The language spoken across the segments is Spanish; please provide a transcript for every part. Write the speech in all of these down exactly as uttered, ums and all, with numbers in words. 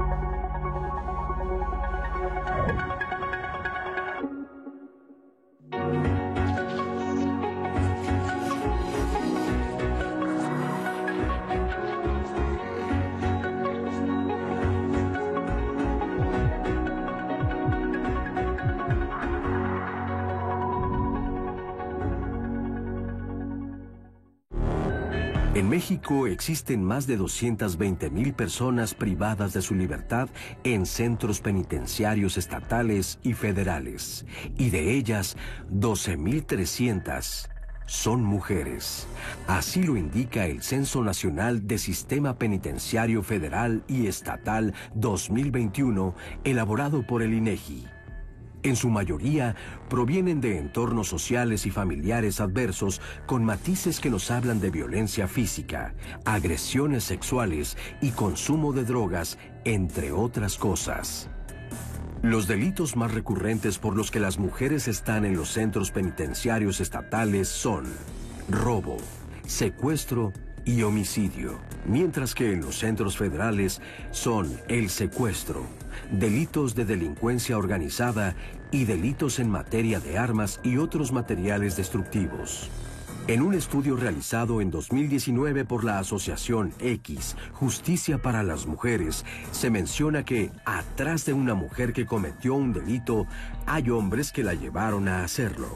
En México existen más de doscientas veinte mil personas privadas de su libertad en centros penitenciarios estatales y federales, y de ellas doce mil trescientas son mujeres. Así lo indica el Censo Nacional de Sistema Penitenciario Federal y Estatal dos mil veintiuno, elaborado por el INEGI. En su mayoría, provienen de entornos sociales y familiares adversos con matices que nos hablan de violencia física, agresiones sexuales y consumo de drogas, entre otras cosas. Los delitos más recurrentes por los que las mujeres están en los centros penitenciarios estatales son robo, secuestro y homicidio, mientras que en los centros federales son el secuestro, delitos de delincuencia organizada y delitos en materia de armas y otros materiales destructivos. En un estudio realizado en dos mil diecinueve por la Asociación X, Justicia para las Mujeres, se menciona que atrás de una mujer que cometió un delito, hay hombres que la llevaron a hacerlo.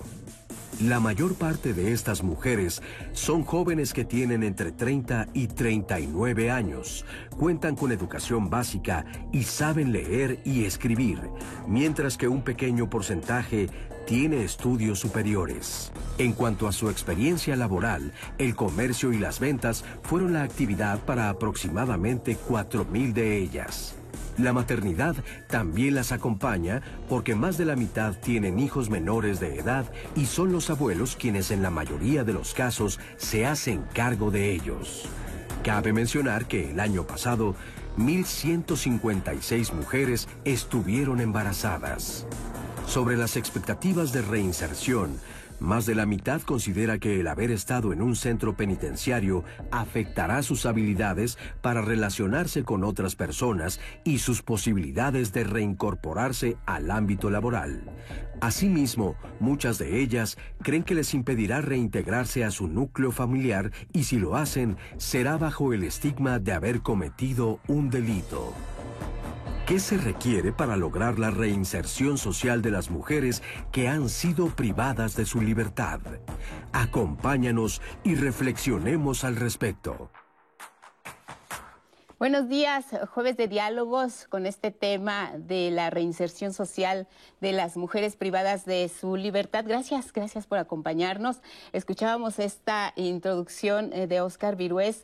La mayor parte de estas mujeres son jóvenes que tienen entre treinta y treinta y nueve años, cuentan con educación básica y saben leer y escribir, mientras que un pequeño porcentaje tiene estudios superiores. En cuanto a su experiencia laboral, el comercio y las ventas fueron la actividad para aproximadamente cuatro mil de ellas. La maternidad también las acompaña porque más de la mitad tienen hijos menores de edad y son los abuelos quienes en la mayoría de los casos se hacen cargo de ellos. Cabe mencionar que el año pasado, mil ciento cincuenta y seis mujeres estuvieron embarazadas. Sobre las expectativas de reinserción, más de la mitad considera que el haber estado en un centro penitenciario afectará sus habilidades para relacionarse con otras personas y sus posibilidades de reincorporarse al ámbito laboral. Asimismo, muchas de ellas creen que les impedirá reintegrarse a su núcleo familiar y si lo hacen, será bajo el estigma de haber cometido un delito. ¿Qué se requiere para lograr la reinserción social de las mujeres que han sido privadas de su libertad? Acompáñanos y reflexionemos al respecto. Buenos días, jueves de diálogos con este tema de la reinserción social de las mujeres privadas de su libertad. Gracias, gracias por acompañarnos. Escuchábamos esta introducción de Óscar Virués.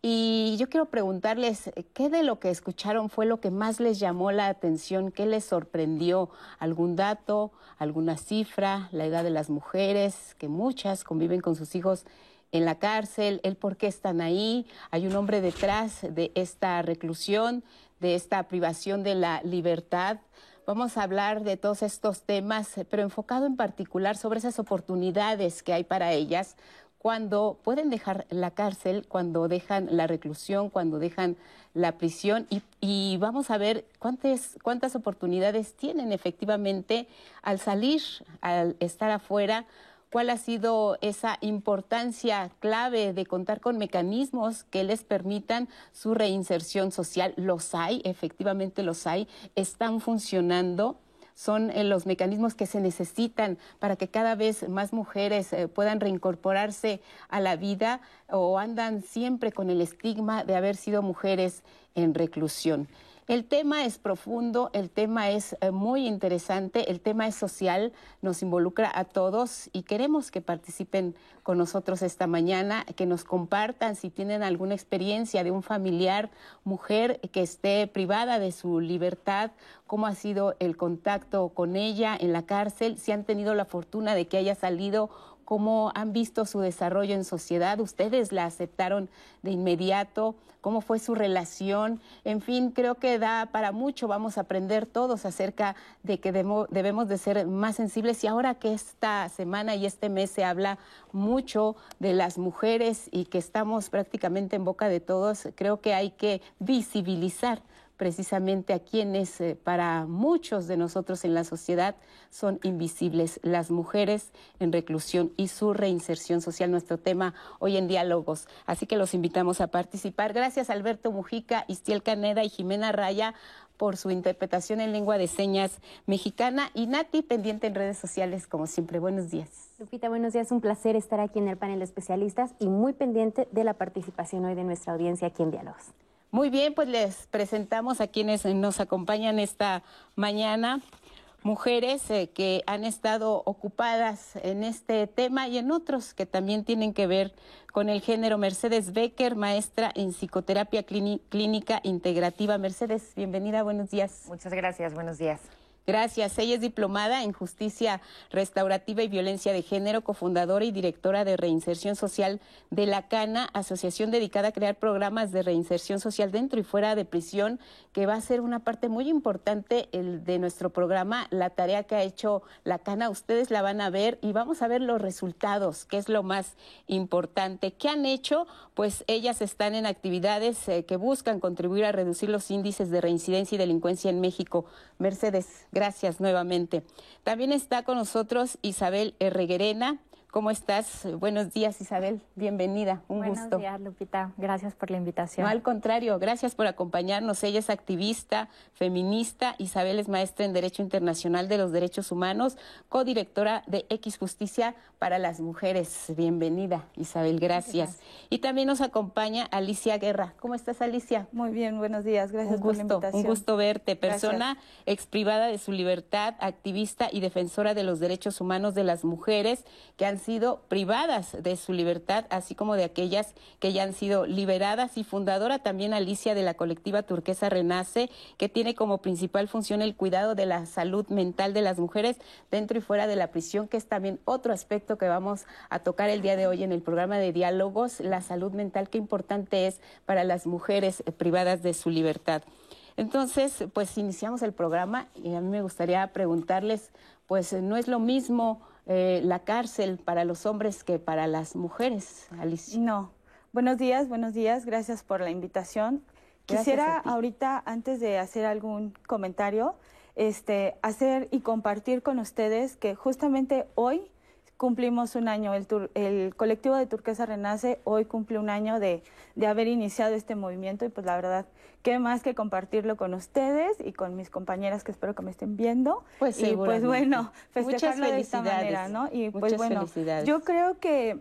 Y yo quiero preguntarles, ¿qué de lo que escucharon fue lo que más les llamó la atención? ¿Qué les sorprendió? ¿Algún dato, alguna cifra, la edad de las mujeres, que muchas conviven con sus hijos en la cárcel, el por qué están ahí? ¿Hay un hombre detrás de esta reclusión, de esta privación de la libertad? Vamos a hablar de todos estos temas, pero enfocado en particular sobre esas oportunidades que hay para ellas cuando pueden dejar la cárcel, cuando dejan la reclusión, cuando dejan la prisión y, y vamos a ver cuántas, cuántas oportunidades tienen efectivamente al salir, al estar afuera, cuál ha sido esa importancia clave de contar con mecanismos que les permitan su reinserción social. Los hay, efectivamente los hay, están funcionando. Son eh, los mecanismos que se necesitan para que cada vez más mujeres eh, puedan reincorporarse a la vida o andan siempre con el estigma de haber sido mujeres en reclusión. El tema es profundo, el tema es eh, muy interesante, el tema es social, nos involucra a todos y queremos que participen con nosotros esta mañana, que nos compartan si tienen alguna experiencia de un familiar, mujer que esté privada de su libertad, cómo ha sido el contacto con ella en la cárcel, si han tenido la fortuna de que haya salido, cómo han visto su desarrollo en sociedad, ustedes la aceptaron de inmediato, cómo fue su relación, en fin, creo que da para mucho, vamos a aprender todos acerca de que debemos, debemos de ser más sensibles y ahora que esta semana y este mes se habla mucho de las mujeres y que estamos prácticamente en boca de todos, creo que hay que visibilizar precisamente a quienes eh, para muchos de nosotros en la sociedad son invisibles, las mujeres en reclusión y su reinserción social, nuestro tema hoy en Diálogos. Así que los invitamos a participar. Gracias Alberto Mujica, Istiel Caneda y Jimena Raya por su interpretación en lengua de señas mexicana. Y Nati, pendiente en redes sociales, como siempre. Buenos días. Lupita, buenos días. Un placer estar aquí en el panel de especialistas y muy pendiente de la participación hoy de nuestra audiencia aquí en Diálogos. Muy bien, pues les presentamos a quienes nos acompañan esta mañana. Mujeres eh, que han estado ocupadas en este tema y en otros que también tienen que ver con el género. Mercedes Becker, maestra en psicoterapia clínica integrativa. Mercedes, bienvenida, buenos días. Muchas gracias, buenos días. Gracias. Ella es diplomada en Justicia Restaurativa y Violencia de Género, cofundadora y directora de Reinserción Social de la CANA, asociación dedicada a crear programas de reinserción social dentro y fuera de prisión, que va a ser una parte muy importante el de nuestro programa. La tarea que ha hecho la CANA, ustedes la van a ver y vamos a ver los resultados, que es lo más importante. ¿Qué han hecho? Pues ellas están en actividades eh, que buscan contribuir a reducir los índices de reincidencia y delincuencia en México. Mercedes, gracias nuevamente. También está con nosotros Isabel Herreguerena. ¿Cómo estás? Buenos días, Isabel. Bienvenida. Un Buenos gusto. Buenos días, Lupita. Gracias por la invitación. No, al contrario, gracias por acompañarnos. Ella es activista, feminista. Isabel es maestra en Derecho Internacional de los Derechos Humanos, codirectora de X Justicia para las Mujeres. Bienvenida, Isabel. Gracias. gracias. Y también nos acompaña Alicia Guerra. ¿Cómo estás, Alicia? Muy bien, buenos días. Gracias un gusto, por la invitación. Un gusto verte. Persona exprivada de su libertad, activista y defensora de los derechos humanos de las mujeres que han sido privadas de su libertad, así como de aquellas que ya han sido liberadas, y fundadora también Alicia de la colectiva Turquesa Renace, que tiene como principal función el cuidado de la salud mental de las mujeres dentro y fuera de la prisión, que es también otro aspecto que vamos a tocar el día de hoy en el programa de Diálogos, la salud mental, qué importante es para las mujeres privadas de su libertad. Entonces, pues iniciamos el programa y a mí me gustaría preguntarles, pues no es lo mismo Eh, la cárcel para los hombres que para las mujeres, Alicia. No. Buenos días, buenos días. Gracias por la invitación. Gracias. Quisiera ahorita, antes de hacer algún comentario, este, hacer y compartir con ustedes que justamente hoy cumplimos un año, el, tur el colectivo de Turquesa Renace hoy cumple un año de, de haber iniciado este movimiento y pues la verdad, qué más que compartirlo con ustedes y con mis compañeras que espero que me estén viendo. Pues y pues bueno, festejarlo de esta manera, ¿no? Y Muchas pues bueno, felicidades. Yo creo que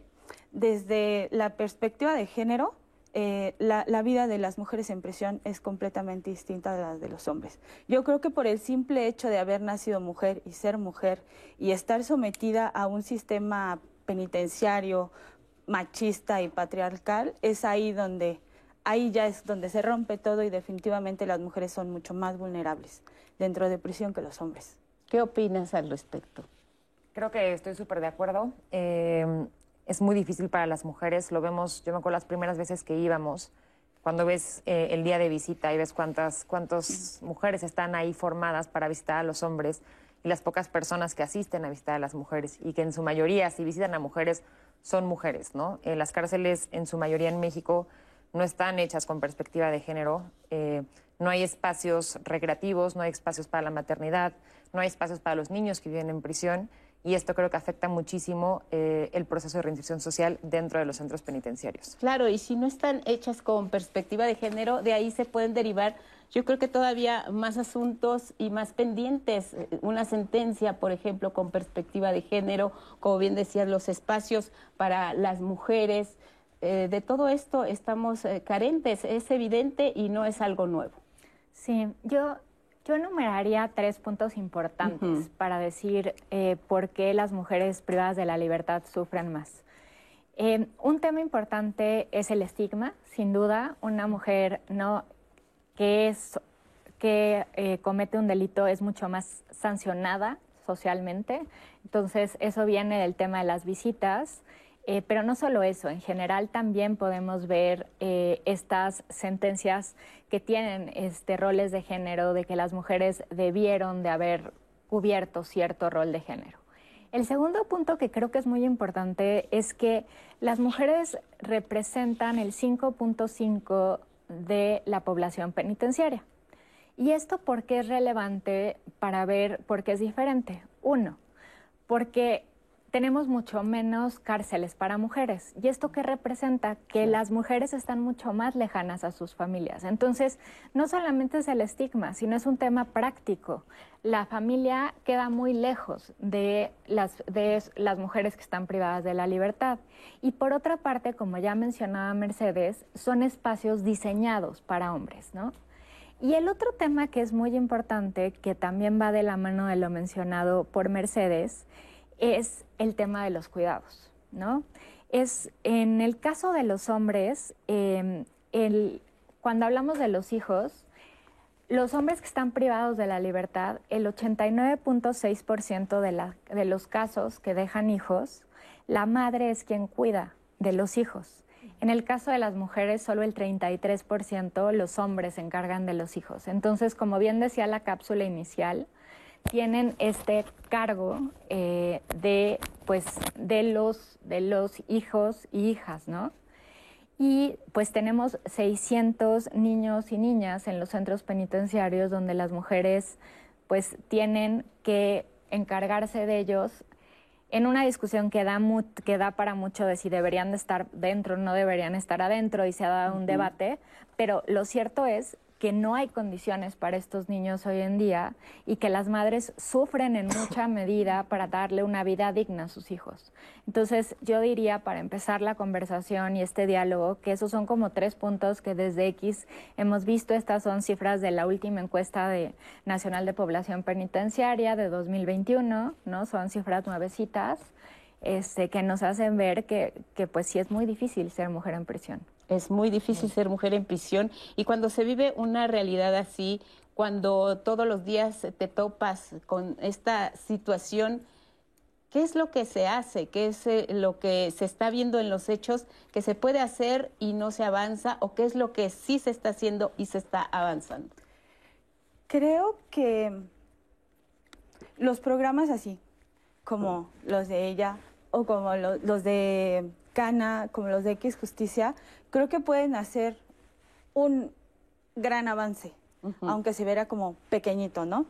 desde la perspectiva de género, Eh, la, la vida de las mujeres en prisión es completamente distinta a la de los hombres. Yo creo que por el simple hecho de haber nacido mujer y ser mujer y estar sometida a un sistema penitenciario machista y patriarcal, es ahí donde, ahí ya es donde se rompe todo y definitivamente las mujeres son mucho más vulnerables dentro de prisión que los hombres. ¿Qué opinas al respecto? Creo que estoy súper de acuerdo. Eh, Es muy difícil para las mujeres, lo vemos, yo me acuerdo las primeras veces que íbamos, cuando ves eh, el día de visita y ves cuántas, cuántas mujeres están ahí formadas para visitar a los hombres y las pocas personas que asisten a visitar a las mujeres y que en su mayoría, si visitan a mujeres, son mujeres, ¿no? Eh, las cárceles en su mayoría en México no están hechas con perspectiva de género, eh, no hay espacios recreativos, no hay espacios para la maternidad, no hay espacios para los niños que viven en prisión. Y esto creo que afecta muchísimo eh, el proceso de reinserción social dentro de los centros penitenciarios. Claro, y si no están hechas con perspectiva de género, de ahí se pueden derivar, yo creo que todavía más asuntos y más pendientes. Una sentencia, por ejemplo, con perspectiva de género, como bien decías, los espacios para las mujeres. Eh, de todo esto estamos eh, carentes, es evidente y no es algo nuevo. Sí, yo... Yo enumeraría tres puntos importantes uh-huh. para decir eh, por qué las mujeres privadas de la libertad sufren más. Eh, un tema importante es el estigma, sin duda. Una mujer no que, es, que eh, comete un delito es mucho más sancionada socialmente. Entonces, eso viene del tema de las visitas. Eh, pero no solo eso, en general también podemos ver eh, estas sentencias que tienen este, roles de género, de que las mujeres debieron de haber cubierto cierto rol de género. El segundo punto que creo que es muy importante es que las mujeres representan el cinco punto cinco de la población penitenciaria. ¿Y esto por qué es relevante para ver por qué es diferente? Uno, porque tenemos mucho menos cárceles para mujeres. ¿Y esto qué representa? Que sí. Las mujeres están mucho más lejanas a sus familias. Entonces, no solamente es el estigma, sino es un tema práctico. La familia queda muy lejos de las, de las mujeres que están privadas de la libertad. Y por otra parte, como ya mencionaba Mercedes, son espacios diseñados para hombres, ¿no? Y el otro tema que es muy importante, que también va de la mano de lo mencionado por Mercedes, es el tema de los cuidados, ¿no? Es, en el caso de los hombres, eh, el, cuando hablamos de los hijos, los hombres que están privados de la libertad, el ochenta y nueve punto seis por ciento de, la, de los casos que dejan hijos, la madre es quien cuida de los hijos. En el caso de las mujeres, solo el treinta y tres por ciento los hombres se encargan de los hijos. Entonces, como bien decía la cápsula inicial, tienen este cargo eh, de, pues, de, los, de los hijos y hijas, ¿no? Y pues tenemos seiscientos niños y niñas en los centros penitenciarios donde las mujeres pues tienen que encargarse de ellos en una discusión que da, mu que da para mucho de si deberían de estar dentro o no deberían estar adentro y se ha dado un uh-huh. debate, pero lo cierto es que no hay condiciones para estos niños hoy en día y que las madres sufren en mucha medida para darle una vida digna a sus hijos. Entonces, yo diría, para empezar la conversación y este diálogo, que esos son como tres puntos que desde X hemos visto. Estas son cifras de la última encuesta de, nacional de población penitenciaria de dos mil veintiuno, ¿no? Son cifras nuevecitas este, que nos hacen ver que, que pues sí es muy difícil ser mujer en prisión. Es muy difícil ser mujer en prisión y cuando se vive una realidad así, cuando todos los días te topas con esta situación, ¿qué es lo que se hace? ¿Qué es lo que se está viendo en los hechos que se puede hacer y no se avanza? ¿O qué es lo que sí se está haciendo y se está avanzando? Creo que los programas así, como los de ella o como lo, los de Cana, como los de X Justicia, creo que pueden hacer un gran avance, uh-huh. aunque se verá como pequeñito, ¿no?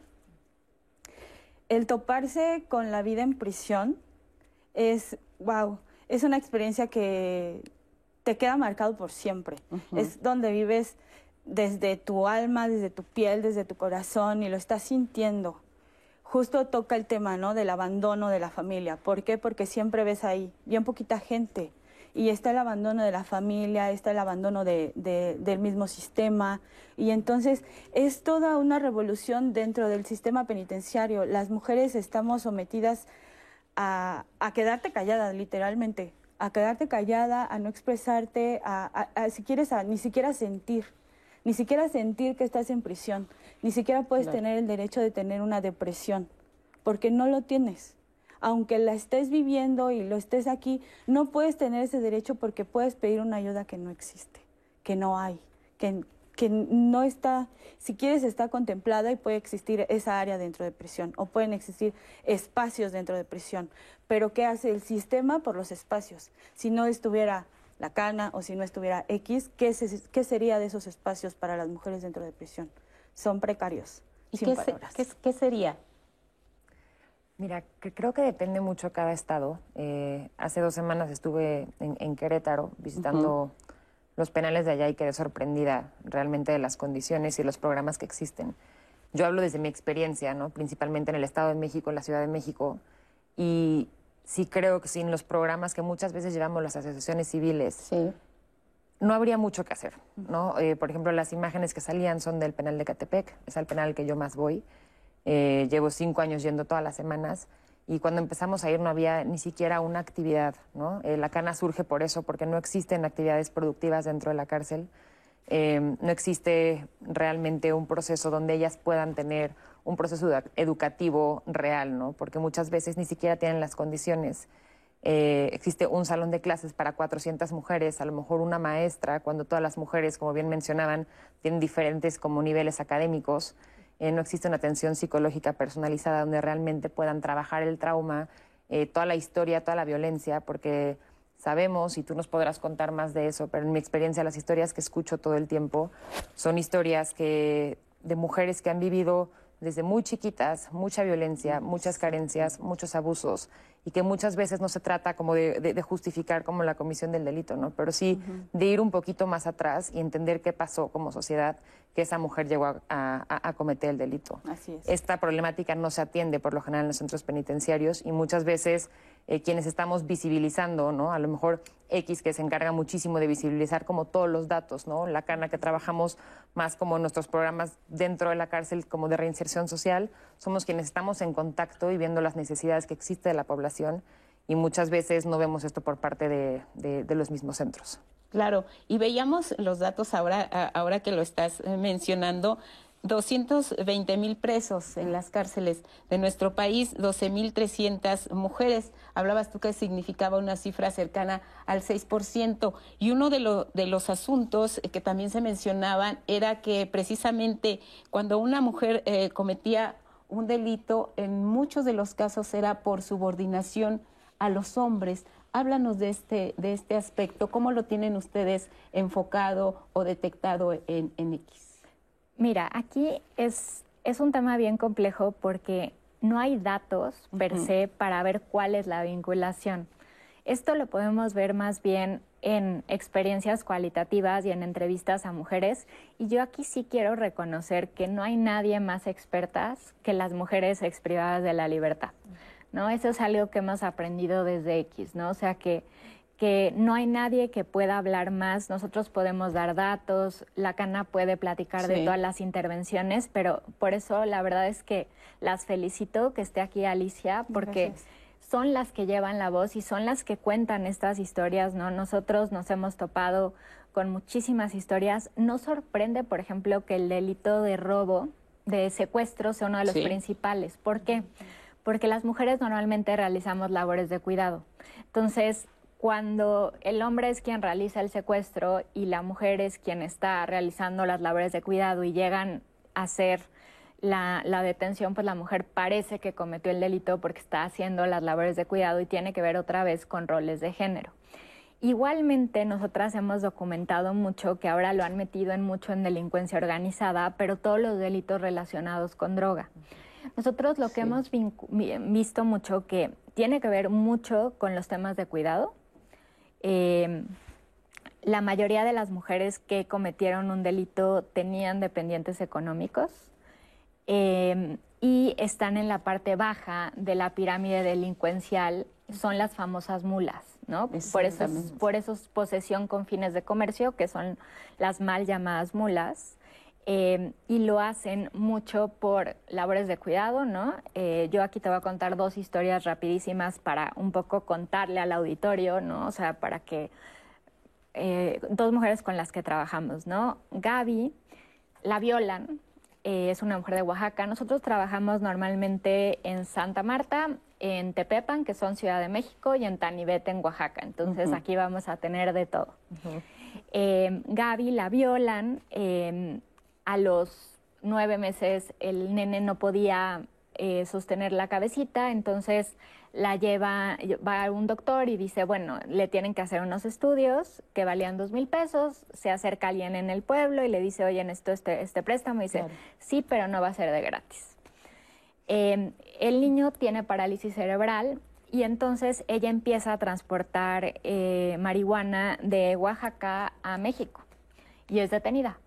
El toparse con la vida en prisión es, wow, es una experiencia que te queda marcado por siempre. Uh-huh. Es donde vives desde tu alma, desde tu piel, desde tu corazón y lo estás sintiendo. Justo toca el tema, ¿no?, del abandono de la familia. ¿Por qué? Porque siempre ves ahí bien poquita gente. Y está el abandono de la familia, está el abandono de, de, del mismo sistema. Y entonces es toda una revolución dentro del sistema penitenciario. Las mujeres estamos sometidas a, a quedarte callada, literalmente. A quedarte callada, a no expresarte, a, a, a si quieres, a ni siquiera sentir. Ni siquiera sentir que estás en prisión. Ni siquiera puedes claro. tener el derecho de tener una depresión. Porque no lo tienes. Aunque la estés viviendo y lo estés aquí, no puedes tener ese derecho porque puedes pedir una ayuda que no existe, que no hay, que, que no está, si quieres está contemplada y puede existir esa área dentro de prisión o pueden existir espacios dentro de prisión. Pero ¿qué hace el sistema por los espacios? Si no estuviera la Cana o si no estuviera X, ¿qué, se, qué sería de esos espacios para las mujeres dentro de prisión? Son precarios. ¿Y qué, se, qué, qué sería? Mira, que creo que depende mucho cada estado. Eh, hace dos semanas estuve en, en Querétaro visitando uh-huh. los penales de allá y quedé sorprendida realmente de las condiciones y los programas que existen. Yo hablo desde mi experiencia, ¿no? Principalmente en el Estado de México, en la Ciudad de México, y sí creo que sin los programas que muchas veces llevamos las asociaciones civiles, sí. no habría mucho que hacer, ¿no? Eh, por ejemplo, las imágenes que salían son del penal de Catepec, es el penal al que yo más voy. Eh, llevo cinco años yendo todas las semanas y cuando empezamos a ir no había ni siquiera una actividad, ¿no? Eh, la Cana surge por eso, porque no existen actividades productivas dentro de la cárcel. Eh, no existe realmente un proceso donde ellas puedan tener un proceso educativo real, ¿no? Porque muchas veces ni siquiera tienen las condiciones. Eh, existe un salón de clases para cuatrocientas mujeres, a lo mejor una maestra, cuando todas las mujeres, como bien mencionaban, tienen diferentes como niveles académicos. Eh, no existe una atención psicológica personalizada donde realmente puedan trabajar el trauma, eh, toda la historia, toda la violencia, porque sabemos, y tú nos podrás contar más de eso, pero en mi experiencia las historias que escucho todo el tiempo son historias que de mujeres que han vivido desde muy chiquitas mucha violencia, muchas carencias, muchos abusos, y que muchas veces no se trata como de, de, de justificar como la comisión del delito, ¿no? Pero sí uh-huh. de ir un poquito más atrás y entender qué pasó como sociedad que esa mujer llegó a, a, a cometer el delito. Así es. Esta problemática no se atiende por lo general en los centros penitenciarios y muchas veces eh, quienes estamos visibilizando, ¿no? A lo mejor X, que se encarga muchísimo de visibilizar como todos los datos, ¿no? La Cana, que trabajamos más como nuestros programas dentro de la cárcel como de reinserción social, somos quienes estamos en contacto y viendo las necesidades que existe de la población, y muchas veces no vemos esto por parte de, de, de los mismos centros. Claro, y veíamos los datos ahora, ahora que lo estás mencionando, doscientos veinte mil presos en las cárceles de nuestro país, doce mil trescientas mujeres. Hablabas tú que significaba una cifra cercana al seis por ciento. Y uno de, lo, de los asuntos que también se mencionaban era que precisamente cuando una mujer eh, cometía un delito, en muchos de los casos era por subordinación a los hombres. Háblanos de este, de este aspecto. ¿Cómo lo tienen ustedes enfocado o detectado en, en X? Mira, aquí es, es un tema bien complejo porque no hay datos per se para ver cuál es la vinculación. Esto lo podemos ver más bien en experiencias cualitativas y en entrevistas a mujeres. Y yo aquí sí quiero reconocer que no hay nadie más expertas que las mujeres exprivadas de la libertad, ¿no? Eso es algo que hemos aprendido desde X, ¿no? O sea que... que no hay nadie que pueda hablar más. Nosotros podemos dar datos, la Cana puede platicar sí. de todas las intervenciones, pero por eso la verdad es que las felicito que esté aquí Alicia, porque Gracias. Son las que llevan la voz y son las que cuentan estas historias, ¿no? Nosotros nos hemos topado con muchísimas historias. Nos sorprende, por ejemplo, que el delito de robo, de secuestro, sea uno de los sí. principales. ¿Por qué? Porque las mujeres normalmente realizamos labores de cuidado. Entonces, cuando el hombre es quien realiza el secuestro y la mujer es quien está realizando las labores de cuidado y llegan a hacer la, la detención, pues la mujer parece que cometió el delito porque está haciendo las labores de cuidado y tiene que ver otra vez con roles de género. Igualmente, nosotras hemos documentado mucho, que ahora lo han metido en mucho en delincuencia organizada, pero todos los delitos relacionados con droga. Nosotros lo que sí. hemos visto mucho que tiene que ver mucho con los temas de cuidado. Eh, la mayoría de las mujeres que cometieron un delito tenían dependientes económicos eh, y están en la parte baja de la pirámide delincuencial, son las famosas mulas, ¿no? Por eso, por eso es posesión con fines de comercio, que son las mal llamadas mulas. Eh, y lo hacen mucho por labores de cuidado, ¿no? Eh, yo aquí te voy a contar dos historias rapidísimas para un poco contarle al auditorio, ¿no? O sea, para que... Eh, dos mujeres con las que trabajamos, ¿no? Gaby, la violan, eh, es una mujer de Oaxaca. Nosotros trabajamos normalmente en Santa Marta, en Tepepan, que son Ciudad de México, y en Tanibete, en Oaxaca. Entonces, uh-huh. aquí vamos a tener de todo. Uh-huh. eh, Gaby la violan... Eh, A los nueve meses el nene no podía eh, sostener la cabecita, entonces la lleva, va a un doctor y dice, bueno, le tienen que hacer unos estudios que valían dos mil pesos, se acerca alguien en el pueblo y le dice, oye, necesito este, este préstamo, y dice, claro. sí, pero no va a ser de gratis. Eh, el niño tiene parálisis cerebral y entonces ella empieza a transportar eh, marihuana de Oaxaca a México y es detenida.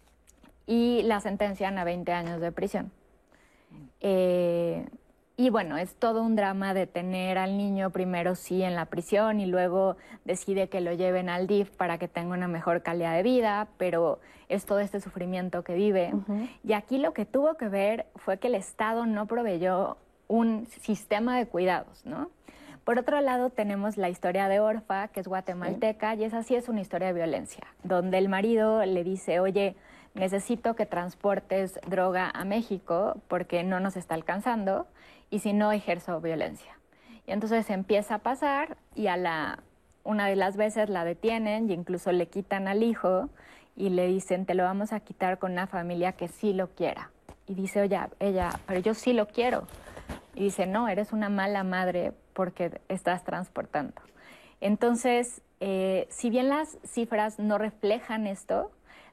Y la sentencian a veinte años de prisión. Eh, y bueno, es todo un drama detener al niño primero sí en la prisión y luego decide que lo lleven al D I F para que tenga una mejor calidad de vida, pero es todo este sufrimiento que vive. Uh-huh. Y aquí lo que tuvo que ver fue que el Estado no proveyó un sistema de cuidados, ¿no? Por otro lado, tenemos la historia de Orfa, que es guatemalteca, sí. y esa sí es una historia de violencia, donde el marido le dice, oye, necesito que transportes droga a México porque no nos está alcanzando y si no ejerzo violencia. Y entonces empieza a pasar y a la, una de las veces la detienen y incluso le quitan al hijo y le dicen, te lo vamos a quitar con una familia que sí lo quiera. Y dice, oye, ella, pero yo sí lo quiero. Y dice, no, eres una mala madre porque estás transportando. Entonces, eh, si bien las cifras no reflejan esto,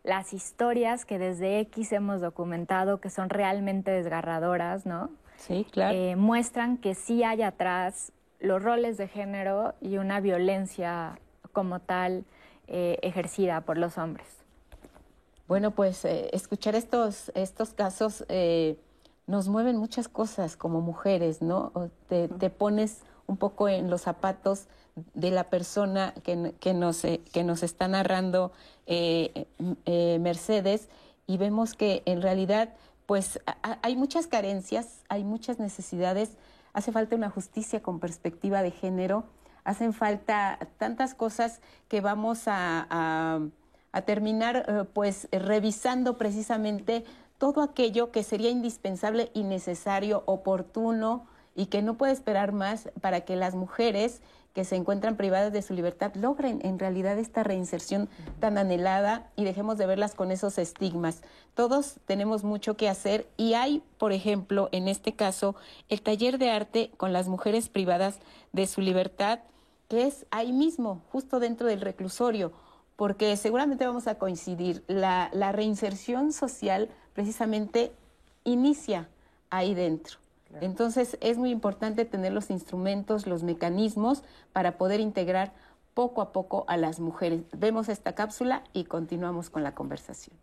las historias que desde X hemos documentado, que son realmente desgarradoras, ¿no? Sí, claro. Eh, muestran que sí hay atrás los roles de género y una violencia como tal eh, ejercida por los hombres. Bueno, pues eh, escuchar estos, estos casos eh, nos mueven muchas cosas como mujeres, ¿no? Te, te pones un poco en los zapatos de la persona que, que, nos, eh, que nos está narrando eh, eh, Mercedes, y vemos que en realidad pues a, hay muchas carencias, hay muchas necesidades, hace falta una justicia con perspectiva de género, hacen falta tantas cosas que vamos a, a, a terminar eh, pues revisando precisamente todo aquello que sería indispensable y necesario, oportuno, y que no puede esperar más para que las mujeres que se encuentran privadas de su libertad logren en realidad esta reinserción tan anhelada y dejemos de verlas con esos estigmas. Todos tenemos mucho que hacer y hay, por ejemplo, en este caso, el taller de arte con las mujeres privadas de su libertad, que es ahí mismo, justo dentro del reclusorio, porque seguramente vamos a coincidir, la, la reinserción social precisamente inicia ahí dentro. Entonces es muy importante tener los instrumentos, los mecanismos para poder integrar poco a poco a las mujeres. Vemos esta cápsula y continuamos con la conversación.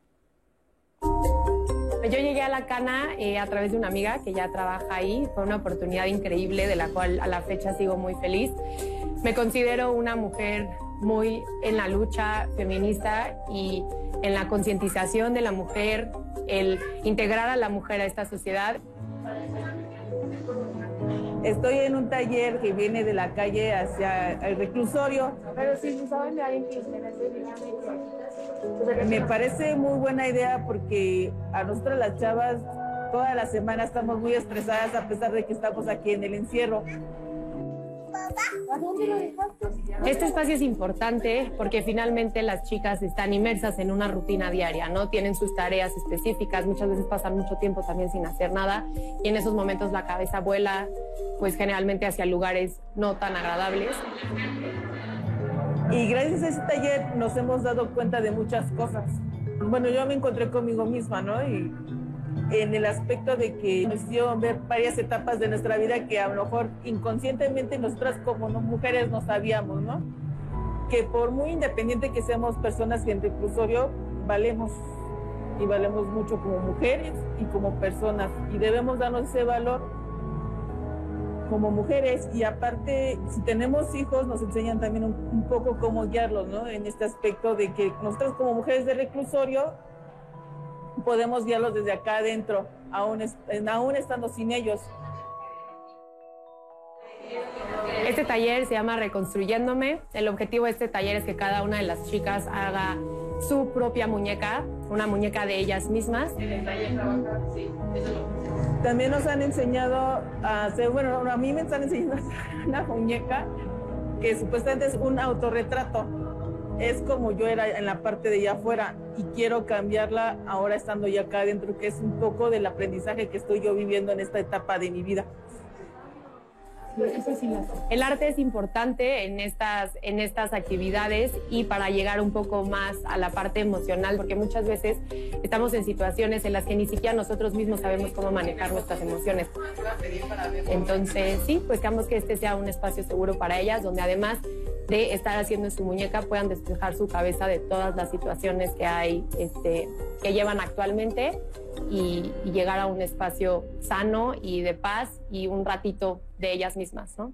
Yo llegué a La Cana eh, a través de una amiga que ya trabaja ahí. Fue una oportunidad increíble de la cual a la fecha sigo muy feliz. Me considero una mujer muy en la lucha feminista y en la concientización de la mujer, el integrar a la mujer a esta sociedad. Estoy en un taller que viene de la calle hacia el reclusorio. Pero si saben de alguien que interese, dígame. Me parece muy buena idea porque a nosotras las chavas toda la semana estamos muy estresadas a pesar de que estamos aquí en el encierro. ¿A dónde lo dejaste? Este espacio es importante porque finalmente las chicas están inmersas en una rutina diaria, ¿no? Tienen sus tareas específicas, muchas veces pasan mucho tiempo también sin hacer nada y en esos momentos la cabeza vuela, pues generalmente hacia lugares no tan agradables. Y gracias a ese taller nos hemos dado cuenta de muchas cosas. Bueno, yo me encontré conmigo misma, ¿no? Y en el aspecto de que nos hicieron ver varias etapas de nuestra vida que a lo mejor inconscientemente nosotras como no, mujeres no sabíamos, ¿no? Que por muy independiente que seamos personas en reclusorio, valemos y valemos mucho como mujeres y como personas y debemos darnos ese valor como mujeres y aparte si tenemos hijos nos enseñan también un, un poco cómo guiarlos, ¿no? En este aspecto de que nosotras como mujeres de reclusorio podemos guiarlos desde acá adentro, aún, es, aún estando sin ellos. Este taller se llama Reconstruyéndome. El objetivo de este taller es que cada una de las chicas haga su propia muñeca, una muñeca de ellas mismas. En el taller trabaja, sí, eso es lo que... También nos han enseñado a hacer, bueno, a mí me están enseñando a hacer una muñeca que supuestamente es un autorretrato. Es como yo era en la parte de allá afuera y quiero cambiarla ahora estando ya acá adentro, que es un poco del aprendizaje que estoy yo viviendo en esta etapa de mi vida. El arte es importante en estas, en estas actividades y para llegar un poco más a la parte emocional, porque muchas veces estamos en situaciones en las que ni siquiera nosotros mismos sabemos cómo manejar nuestras emociones. Entonces, sí, pues queremos que este sea un espacio seguro para ellas, donde además de estar haciendo en su muñeca puedan despejar su cabeza de todas las situaciones que hay, este, que llevan actualmente y, y llegar a un espacio sano y de paz y un ratito de ellas mismas, ¿no?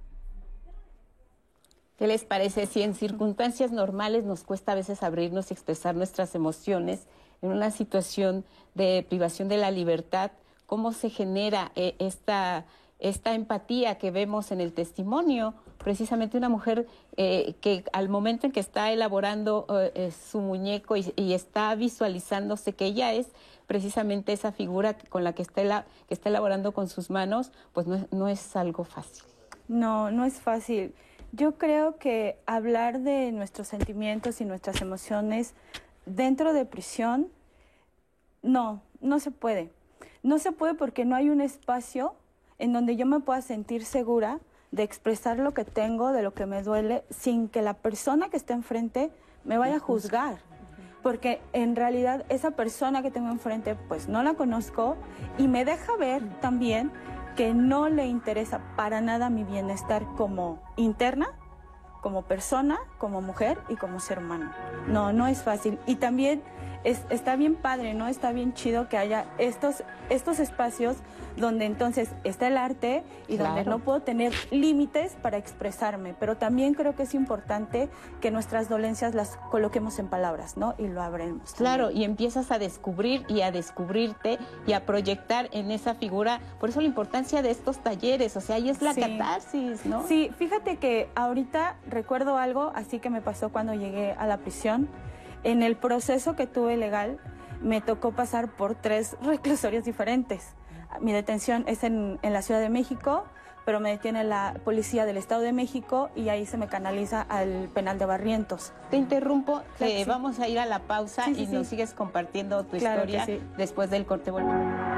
¿Qué les parece si en circunstancias normales nos cuesta a veces abrirnos y expresar nuestras emociones en una situación de privación de la libertad? ¿Cómo se genera eh, esta, esta empatía que vemos en el testimonio? Precisamente una mujer eh, que al momento en que está elaborando eh, su muñeco y, y está visualizándose que ella es precisamente esa figura con la que está, la, que está elaborando con sus manos, pues no, no es algo fácil. No, no es fácil. Yo creo que hablar de nuestros sentimientos y nuestras emociones dentro de prisión, no, no se puede. No se puede porque no hay un espacio en donde yo me pueda sentir segura de expresar lo que tengo, de lo que me duele, sin que la persona que está enfrente me vaya a juzgar. porque en realidad esa persona que tengo enfrente pues no la conozco y me deja ver también que no le interesa para nada mi bienestar como interna, como persona, como mujer y como ser humano. No, no es fácil. Y también es, está bien padre, ¿no? Está bien chido que haya estos, estos espacios donde entonces está el arte y Claro. donde no puedo tener límites para expresarme. Pero también creo que es importante que nuestras dolencias las coloquemos en palabras, ¿no? Y lo habremos. Claro, también. y empiezas a descubrir y a descubrirte y a proyectar en esa figura. Por eso la importancia de estos talleres, o sea, ahí es la Sí. catarsis, ¿no? Sí, fíjate que ahorita recuerdo algo así que me pasó cuando llegué a la prisión. En el proceso que tuve legal, me tocó pasar por tres reclusorios diferentes. Mi detención es en, en la Ciudad de México, pero me detiene la policía del Estado de México y ahí se me canaliza al penal de Barrientos. Te interrumpo, Claro que que sí. vamos a ir a la pausa Sí, sí, y sí. nos sigues compartiendo tu Claro que historia sí. después del corte. Volvemos.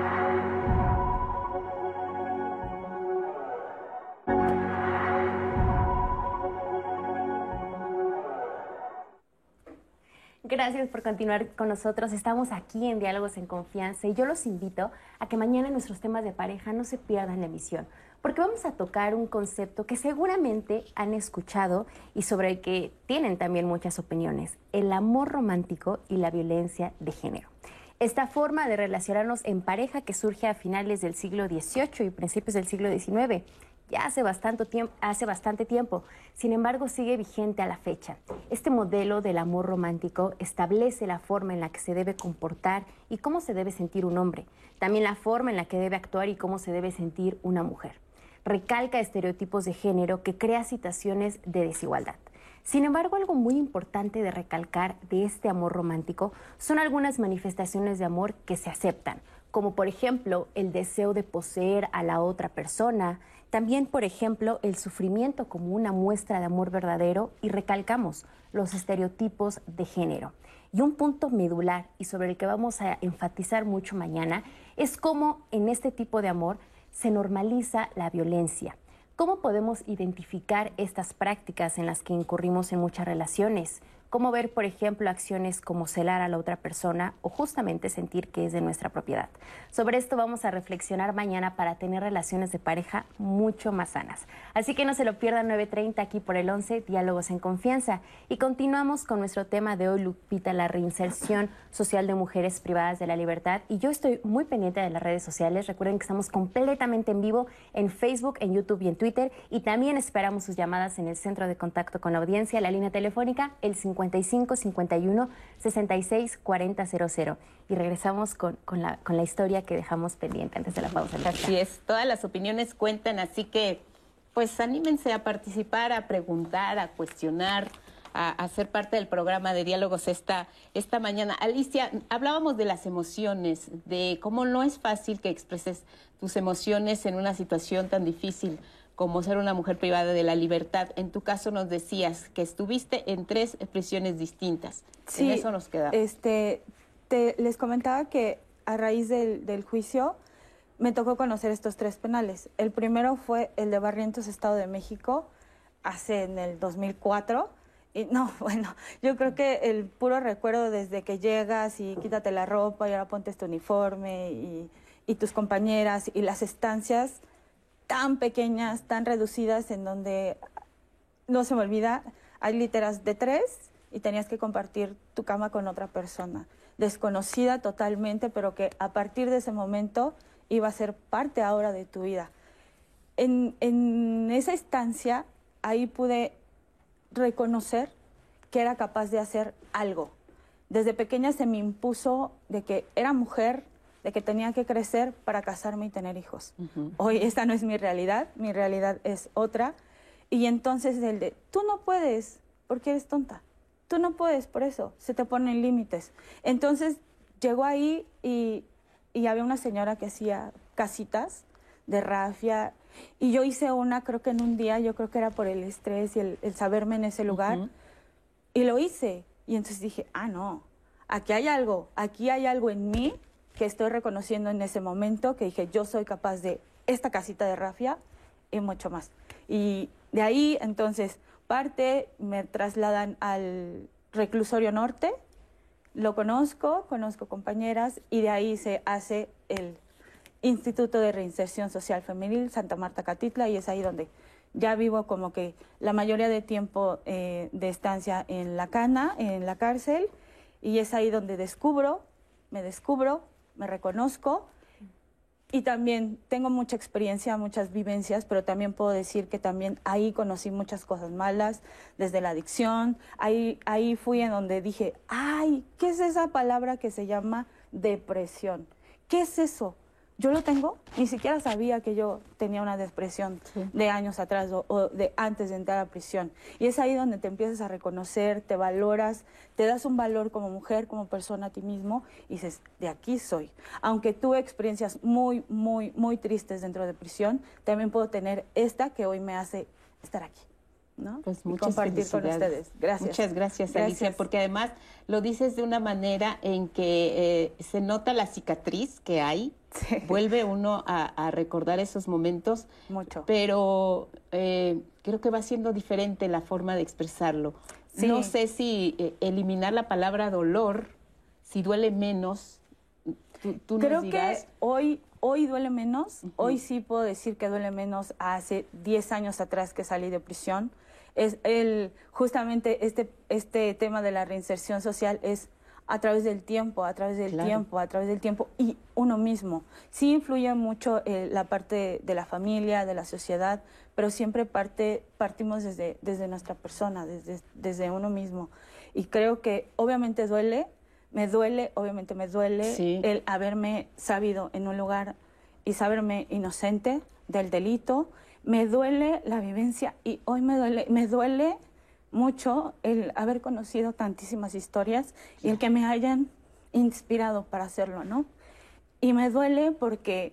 Gracias por continuar con nosotros. Estamos aquí en Diálogos en Confianza y yo los invito a que mañana nuestros temas de pareja no se pierdan la emisión, porque vamos a tocar un concepto que seguramente han escuchado y sobre el que tienen también muchas opiniones: el amor romántico y la violencia de género. Esta forma de relacionarnos en pareja que surge a finales del siglo dieciocho y principios del siglo diecinueve. Ya hace bastante tiempo, hace bastante tiempo, sin embargo sigue vigente a la fecha. Este modelo del amor romántico establece la forma en la que se debe comportar y cómo se debe sentir un hombre, también la forma en la que debe actuar y cómo se debe sentir una mujer. Recalca estereotipos de género que crea situaciones de desigualdad. Sin embargo, algo muy importante de recalcar de este amor romántico son algunas manifestaciones de amor que se aceptan, como por ejemplo el deseo de poseer a la otra persona, también por ejemplo el sufrimiento como una muestra de amor verdadero, y recalcamos los estereotipos de género. Y un punto medular y sobre el que vamos a enfatizar mucho mañana es cómo en este tipo de amor se normaliza la violencia. ¿Cómo podemos identificar estas prácticas en las que incurrimos en muchas relaciones? ¿Cómo ver, por ejemplo, acciones como celar a la otra persona o justamente sentir que es de nuestra propiedad? Sobre esto vamos a reflexionar mañana para tener relaciones de pareja mucho más sanas. Así que no se lo pierdan, nueve treinta aquí por el once, Diálogos en Confianza. Y continuamos con nuestro tema de hoy, Lupita, la reinserción social de mujeres privadas de la libertad. Y yo estoy muy pendiente de las redes sociales. Recuerden que estamos completamente en vivo en Facebook, en YouTube y en Twitter. Y también esperamos sus llamadas en el centro de contacto con la audiencia, la línea telefónica, el cincuenta y cinco, cincuenta y uno, sesenta y seis, cuarenta, cero cero. Y regresamos con, con, la, con la historia que dejamos pendiente antes de la pausa. Así es, todas las opiniones cuentan, así que pues anímense a participar, a preguntar, a cuestionar, a, a ser parte del programa de Diálogos esta, esta mañana. Alicia, hablábamos de las emociones, de cómo no es fácil que expreses tus emociones en una situación tan difícil como ser una mujer privada de la libertad. En tu caso nos decías que estuviste en tres prisiones distintas. Sí, en eso nos quedamos. Este, te, les comentaba que a raíz del, del juicio me tocó conocer estos tres penales. El primero fue el de Barrientos, Estado de México, hace en el dos mil cuatro. Y no, bueno, yo creo que el puro recuerdo desde que llegas y quítate la ropa y ahora ponte este uniforme y, y tus compañeras y las estancias tan pequeñas, tan reducidas, en donde, no se me olvida, hay literas de tres y tenías que compartir tu cama con otra persona, desconocida totalmente, pero que a partir de ese momento iba a ser parte ahora de tu vida. En, en esa estancia, ahí pude reconocer que era capaz de hacer algo. Desde pequeña se me impuso de que era mujer, de que tenía que crecer para casarme y tener hijos. Uh-huh. Hoy esta no es mi realidad, mi realidad es otra. Y entonces el de, tú no puedes porque eres tonta, tú no puedes por eso, se te ponen límites. Entonces llegó ahí y, y había una señora que hacía casitas de rafia y yo hice una, creo que en un día, yo creo que era por el estrés y el, el saberme en ese lugar, uh-huh. y lo hice. Y entonces dije, ah, no, aquí hay algo, aquí hay algo en mí que estoy reconociendo en ese momento, que dije, yo soy capaz de esta casita de rafia y mucho más. Y de ahí, entonces, parte, me trasladan al reclusorio norte, lo conozco, conozco compañeras y de ahí se hace el Instituto de Reinserción Social Femenil Santa Marta Catitla y es ahí donde ya vivo como que la mayoría de tiempo eh, de estancia en la cana, en la cárcel, y es ahí donde descubro, me descubro, me reconozco. Y también tengo mucha experiencia, muchas vivencias, pero también puedo decir que también ahí conocí muchas cosas malas, desde la adicción. Ahí, ahí fui en donde dije, ay, ¿qué es esa palabra que se llama depresión? ¿Qué es eso? Yo lo tengo, ni siquiera sabía que yo tenía una depresión sí. de años atrás o, o de antes de entrar a prisión. Y es ahí donde te empiezas a reconocer, te valoras, te das un valor como mujer, como persona a ti mismo y dices, de aquí soy. Aunque tuve experiencias muy, muy, muy tristes dentro de prisión, también puedo tener esta que hoy me hace estar aquí, ¿no? Pues y compartir con ustedes. Gracias. Muchas gracias, gracias, Alicia, porque además lo dices de una manera en que eh, se nota la cicatriz que hay. Sí. Vuelve uno a, a recordar esos momentos, mucho, pero eh, creo que va siendo diferente la forma de expresarlo. Sí. No sé si eh, eliminar la palabra dolor, si duele menos, tú, tú creo nos dirás. que hoy, hoy duele menos, uh-huh. Hoy sí puedo decir que duele menos a hace diez años atrás que salí de prisión. Es el, justamente este, este tema de la reinserción social es a través del tiempo, a través del claro. tiempo, a través del tiempo y uno mismo. Sí influye mucho eh, la parte de la familia, de la sociedad, pero siempre parte, partimos desde, desde nuestra persona, desde, desde uno mismo. Y creo que obviamente duele, me duele, obviamente me duele sí. el haberme sabido en un lugar y saberme inocente del delito. Me duele la vivencia y hoy me duele, me duele mucho el haber conocido tantísimas historias y el que me hayan inspirado para hacerlo, ¿no? Y me duele porque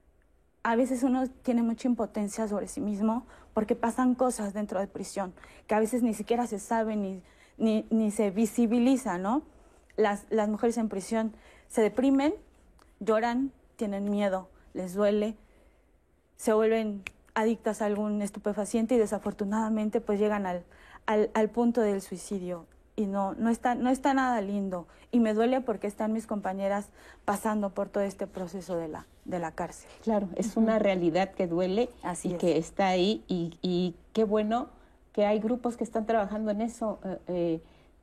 a veces uno tiene mucha impotencia sobre sí mismo porque pasan cosas dentro de prisión que a veces ni siquiera se sabe ni, ni, ni se visibiliza, ¿no? Las, las mujeres en prisión se deprimen, lloran, tienen miedo, les duele, se vuelven adictas a algún estupefaciente y desafortunadamente pues llegan al Al, al punto del suicidio y no, no, está, no está nada lindo y me duele porque están mis compañeras pasando por todo este proceso de la, de la cárcel. Claro, es uh-huh. una realidad que duele Así y es. que está ahí y, y qué bueno que hay grupos que están trabajando en eso eh, eh,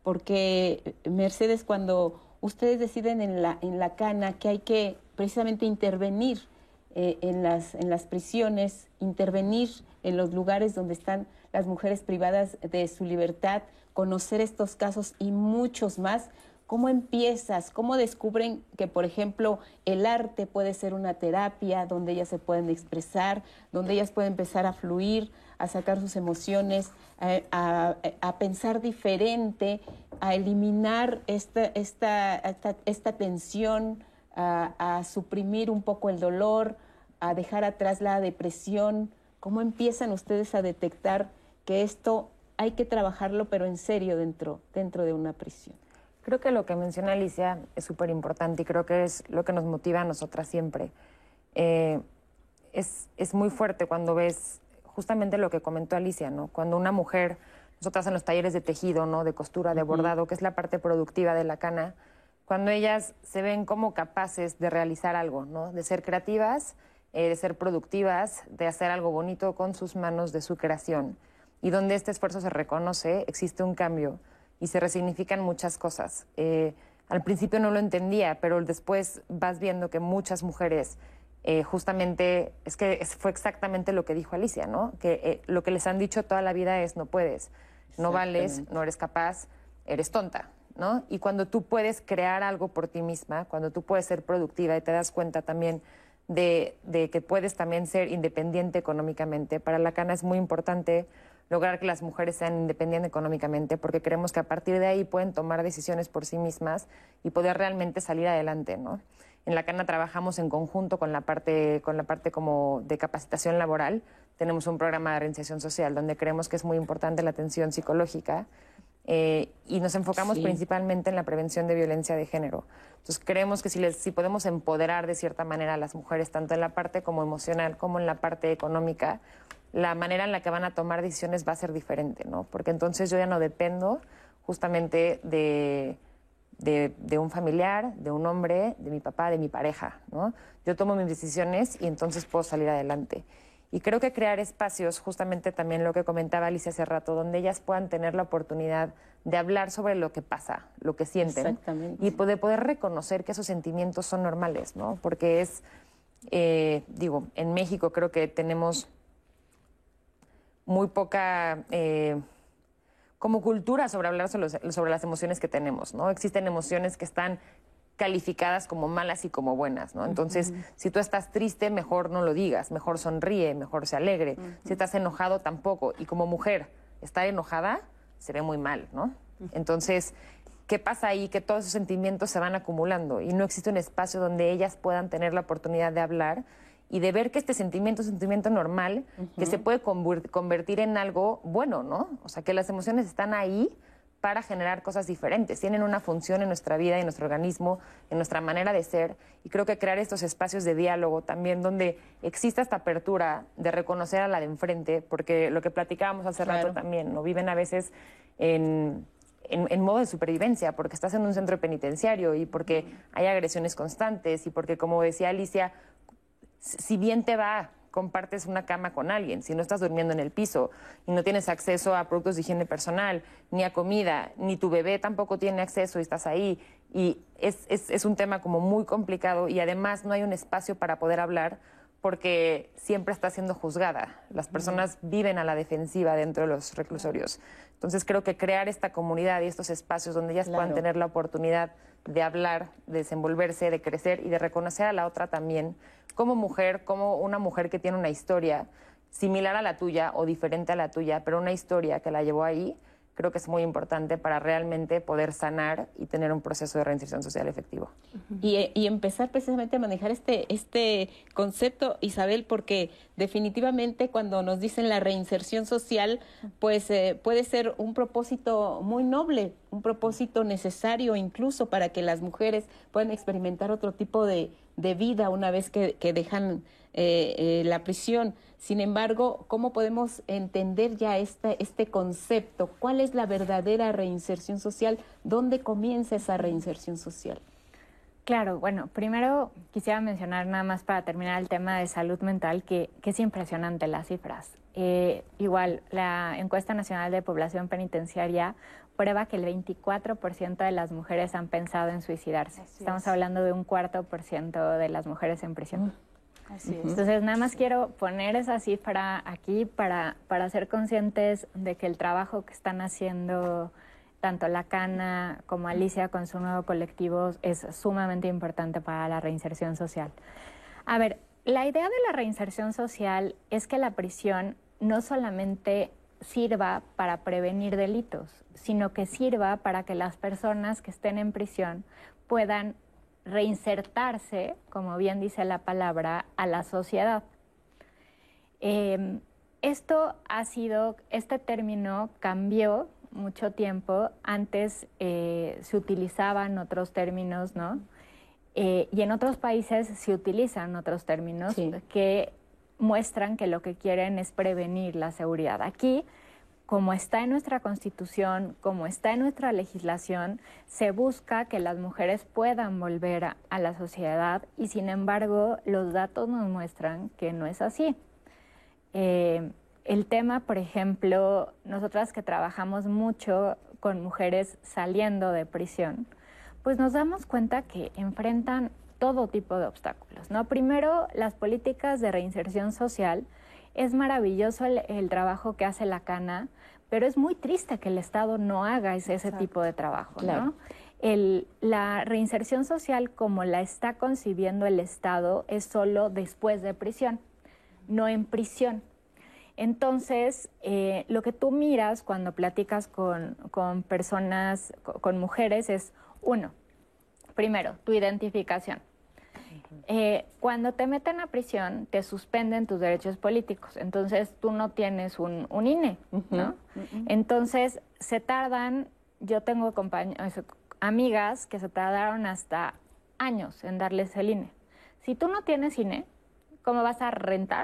porque Mercedes, cuando ustedes deciden en la, en la cana que hay que precisamente intervenir eh, en, las, en las prisiones, intervenir en los lugares donde están las mujeres privadas de su libertad, conocer estos casos y muchos más. ¿Cómo empiezas? ¿Cómo descubren que, por ejemplo, el arte puede ser una terapia donde ellas se pueden expresar, donde ellas pueden empezar a fluir, a sacar sus emociones, a, a, a pensar diferente, a eliminar esta, esta, esta, esta tensión, a, a suprimir un poco el dolor, a dejar atrás la depresión? ¿Cómo empiezan ustedes a detectar que esto hay que trabajarlo, pero en serio, dentro, dentro de una prisión? Creo que lo que menciona Alicia es súper importante y creo que es lo que nos motiva a nosotras siempre. Eh, es, es muy fuerte cuando ves justamente lo que comentó Alicia, ¿no? Cuando una mujer, nosotras en los talleres de tejido, ¿no? De costura, de bordado, uh-huh. que es la parte productiva de la cana, cuando ellas se ven como capaces de realizar algo, ¿no? De ser creativas, eh, de ser productivas, de hacer algo bonito con sus manos, de su creación. Y donde este esfuerzo se reconoce, existe un cambio y se resignifican muchas cosas. Eh, al principio no lo entendía, pero después vas viendo que muchas mujeres, eh, justamente, es que es, fue exactamente lo que dijo Alicia, ¿no? Que eh, lo que les han dicho toda la vida es no puedes, no vales, no eres capaz, eres tonta, ¿no? Y cuando tú puedes crear algo por ti misma, cuando tú puedes ser productiva y te das cuenta también de, de que puedes también ser independiente económicamente, para la cana es muy importante lograr que las mujeres sean independientes económicamente, porque creemos que a partir de ahí pueden tomar decisiones por sí mismas y poder realmente salir adelante, ¿no? En la cana trabajamos en conjunto con la parte, con la parte como de capacitación laboral. Tenemos un programa de reinserción social donde creemos que es muy importante la atención psicológica eh, y nos enfocamos sí. principalmente en la prevención de violencia de género. Entonces creemos que si, les, si podemos empoderar de cierta manera a las mujeres, tanto en la parte como emocional como en la parte económica, la manera en la que van a tomar decisiones va a ser diferente, ¿no? Porque entonces yo ya no dependo justamente de, de, de un familiar, de un hombre, de mi papá, de mi pareja, ¿no? Yo tomo mis decisiones y entonces puedo salir adelante. Y creo que crear espacios, justamente también lo que comentaba Alicia hace rato, donde ellas puedan tener la oportunidad de hablar sobre lo que pasa, lo que sienten. Exactamente. Y de poder reconocer que esos sentimientos son normales, ¿no? Porque es, eh, digo, en México creo que tenemos muy poca... Eh, como cultura sobre hablar sobre, los, sobre las emociones que tenemos, ¿no? Existen emociones que están calificadas como malas y como buenas, ¿no? Entonces, uh-huh. si tú estás triste, mejor no lo digas, mejor sonríe, mejor se alegre. Uh-huh. Si estás enojado, tampoco. Y como mujer, estar enojada se ve muy mal, ¿no? Uh-huh. Entonces, ¿qué pasa ahí? Que todos esos sentimientos se van acumulando y no existe un espacio donde ellas puedan tener la oportunidad de hablar y de ver que este sentimiento es un sentimiento normal, uh-huh. que se puede convertir en algo bueno, ¿no? O sea, que las emociones están ahí para generar cosas diferentes. Tienen una función en nuestra vida, en nuestro organismo, en nuestra manera de ser. Y creo que crear estos espacios de diálogo también donde exista esta apertura de reconocer a la de enfrente, porque lo que platicábamos hace claro. rato también, ¿no? Viven a veces en... En, en modo de supervivencia, porque estás en un centro penitenciario y porque hay agresiones constantes y porque, como decía Alicia, si bien te va, compartes una cama con alguien, si no estás durmiendo en el piso y no tienes acceso a productos de higiene personal, ni a comida, ni tu bebé tampoco tiene acceso y estás ahí, y es, es, es un tema como muy complicado y además no hay un espacio para poder hablar porque siempre está siendo juzgada. Las personas viven a la defensiva dentro de los reclusorios. Entonces creo que crear esta comunidad y estos espacios donde ellas claro. puedan tener la oportunidad de hablar, de desenvolverse, de crecer y de reconocer a la otra también como mujer, como una mujer que tiene una historia similar a la tuya o diferente a la tuya, pero una historia que la llevó ahí, creo que es muy importante para realmente poder sanar y tener un proceso de reinserción social efectivo. Y, y empezar precisamente a manejar este, este concepto, Isabel, porque definitivamente cuando nos dicen la reinserción social, pues eh, puede ser un propósito muy noble, un propósito necesario incluso para que las mujeres puedan experimentar otro tipo de, de vida una vez que, que dejan eh, eh, la prisión. Sin embargo, ¿cómo podemos entender ya este, este concepto? ¿Cuál es la verdadera reinserción social? ¿Dónde comienza esa reinserción social? Claro, bueno, primero quisiera mencionar nada más para terminar el tema de salud mental, que, que es impresionante las cifras. Eh, igual, la encuesta nacional de población penitenciaria prueba que el veinticuatro por ciento de las mujeres han pensado en suicidarse. Así Estamos es. hablando de un cuarto por ciento de las mujeres en prisión. Uh. Así es. Entonces, nada más quiero poner esa cifra aquí para, para ser conscientes de que el trabajo que están haciendo tanto La Cana como Alicia con su nuevo colectivo es sumamente importante para la reinserción social. A ver, la idea de la reinserción social es que la prisión no solamente sirva para prevenir delitos, sino que sirva para que las personas que estén en prisión puedan reinsertarse, como bien dice la palabra, a la sociedad. Eh, esto ha sido, este término cambió mucho tiempo. Antes eh, se utilizaban otros términos, ¿no? Eh, y en otros países se utilizan otros términos sí. que muestran que lo que quieren es prevenir la seguridad. Aquí, como está en nuestra Constitución, como está en nuestra legislación, se busca que las mujeres puedan volver a, a la sociedad y, sin embargo, los datos nos muestran que no es así. Eh, el tema, por ejemplo, nosotras que trabajamos mucho con mujeres saliendo de prisión, pues nos damos cuenta que enfrentan todo tipo de obstáculos, ¿no? Primero, las políticas de reinserción social. Es maravilloso el, el trabajo que hace La Cana, pero es muy triste que el Estado no haga ese, ese tipo de trabajo, claro. ¿no? El, la reinserción social como la está concibiendo el Estado es solo después de prisión, no en prisión. Entonces, eh, lo que tú miras cuando platicas con, con personas, con, con mujeres, es, uno, primero, tu identificación. Eh, cuando te meten a prisión, te suspenden tus derechos políticos. Entonces, tú no tienes un, un I N E, ¿no? Uh-huh, uh-huh. Entonces, se tardan, yo tengo amigas que se tardaron hasta años en darles el I N E. Si tú no tienes I N E, ¿cómo vas a rentar?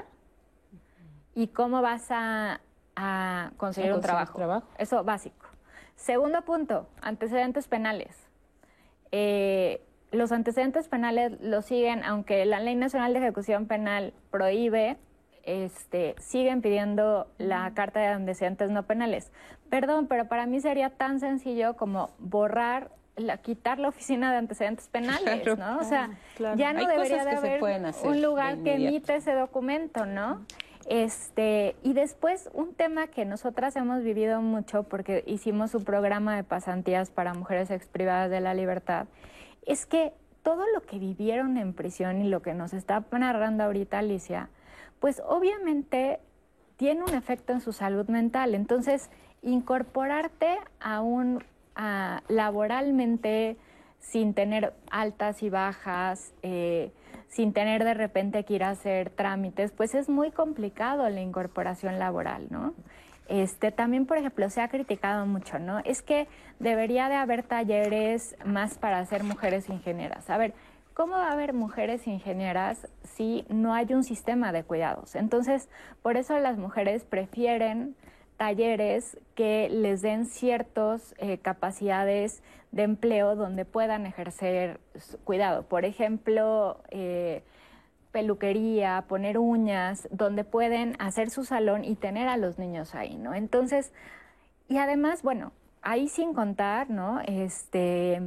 ¿Y cómo vas a, a conseguir un trabajo? trabajo? Eso básico. Segundo punto, antecedentes penales. eh, los antecedentes penales los siguen, aunque la Ley Nacional de Ejecución Penal prohíbe, este, siguen pidiendo la carta de antecedentes no penales. Perdón, pero para mí sería tan sencillo como borrar, la, quitar la oficina de antecedentes penales, claro, ¿no? O sea, claro. ya no Hay debería de haber un lugar que emite ese documento, ¿no? Este, y después un tema que nosotras hemos vivido mucho porque hicimos un programa de pasantías para mujeres exprivadas de la libertad, es que todo lo que vivieron en prisión y lo que nos está narrando ahorita Alicia, pues obviamente tiene un efecto en su salud mental. Entonces, incorporarte a un a, laboralmente sin tener altas y bajas, eh, sin tener de repente que ir a hacer trámites, pues es muy complicado la incorporación laboral, ¿no? Este, también, por ejemplo, se ha criticado mucho, ¿no? Es que debería de haber talleres más para ser mujeres ingenieras. A ver, ¿cómo va a haber mujeres ingenieras si no hay un sistema de cuidados? Entonces, por eso las mujeres prefieren talleres que les den ciertas eh, capacidades de empleo donde puedan ejercer cuidado. Por ejemplo, eh, peluquería, poner uñas, donde pueden hacer su salón y tener a los niños ahí, ¿no? Entonces, y además, bueno, ahí sin contar, ¿no? Este,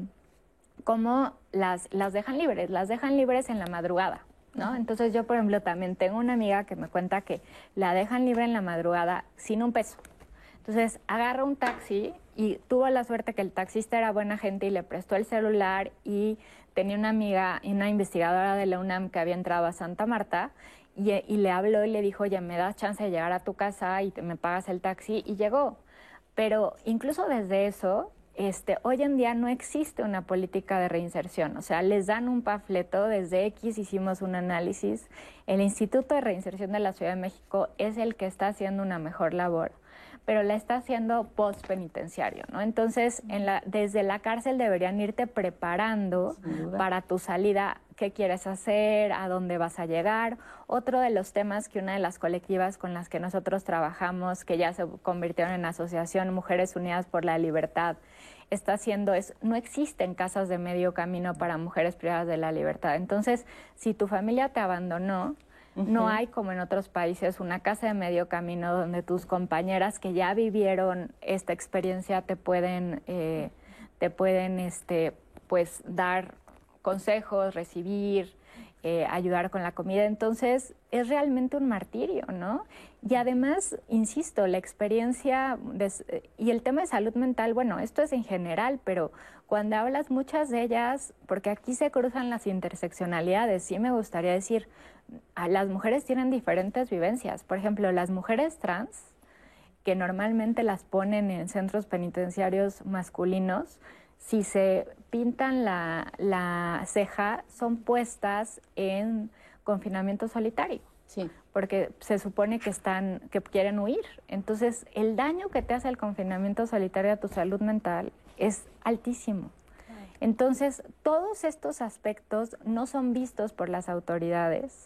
cómo las, las dejan libres, las dejan libres en la madrugada, ¿no? Entonces yo, por ejemplo, también tengo una amiga que me cuenta que la dejan libre en la madrugada sin un peso. Entonces agarra un taxi y tuvo la suerte que el taxista era buena gente y le prestó el celular, y tenía una amiga, una investigadora de la UNAM que había entrado a Santa Marta y, y le habló y le dijo, oye, ¿me das chance de llegar a tu casa y te, me pagas el taxi? Y llegó. Pero incluso desde eso, este, hoy en día no existe una política de reinserción. O sea, les dan un panfleto, desde X hicimos un análisis. El Instituto de Reinserción de la Ciudad de México es el que está haciendo una mejor labor, pero la está haciendo post-penitenciario, ¿no? Entonces, en la, desde la cárcel deberían irte preparando para tu salida, qué quieres hacer, a dónde vas a llegar. Otro de los temas que una de las colectivas con las que nosotros trabajamos, que ya se convirtieron en asociación Mujeres Unidas por la Libertad, está haciendo es, no existen casas de medio camino para mujeres privadas de la libertad. Entonces, si tu familia te abandonó, Uh-huh. no hay, como en otros países, una casa de medio camino donde tus compañeras que ya vivieron esta experiencia te pueden, eh, te pueden este, pues, dar consejos, recibir, eh, ayudar con la comida. Entonces, es realmente un martirio, ¿no? Y además, insisto, la experiencia de, y el tema de salud mental, bueno, esto es en general, pero cuando hablas muchas de ellas, porque aquí se cruzan las interseccionalidades, sí me gustaría decir, a las mujeres tienen diferentes vivencias. Por ejemplo, las mujeres trans, que normalmente las ponen en centros penitenciarios masculinos, si se pintan la, la ceja, son puestas en confinamiento solitario. Sí. Porque se supone que están, que quieren huir. Entonces, el daño que te hace el confinamiento solitario a tu salud mental es altísimo. Entonces, todos estos aspectos no son vistos por las autoridades,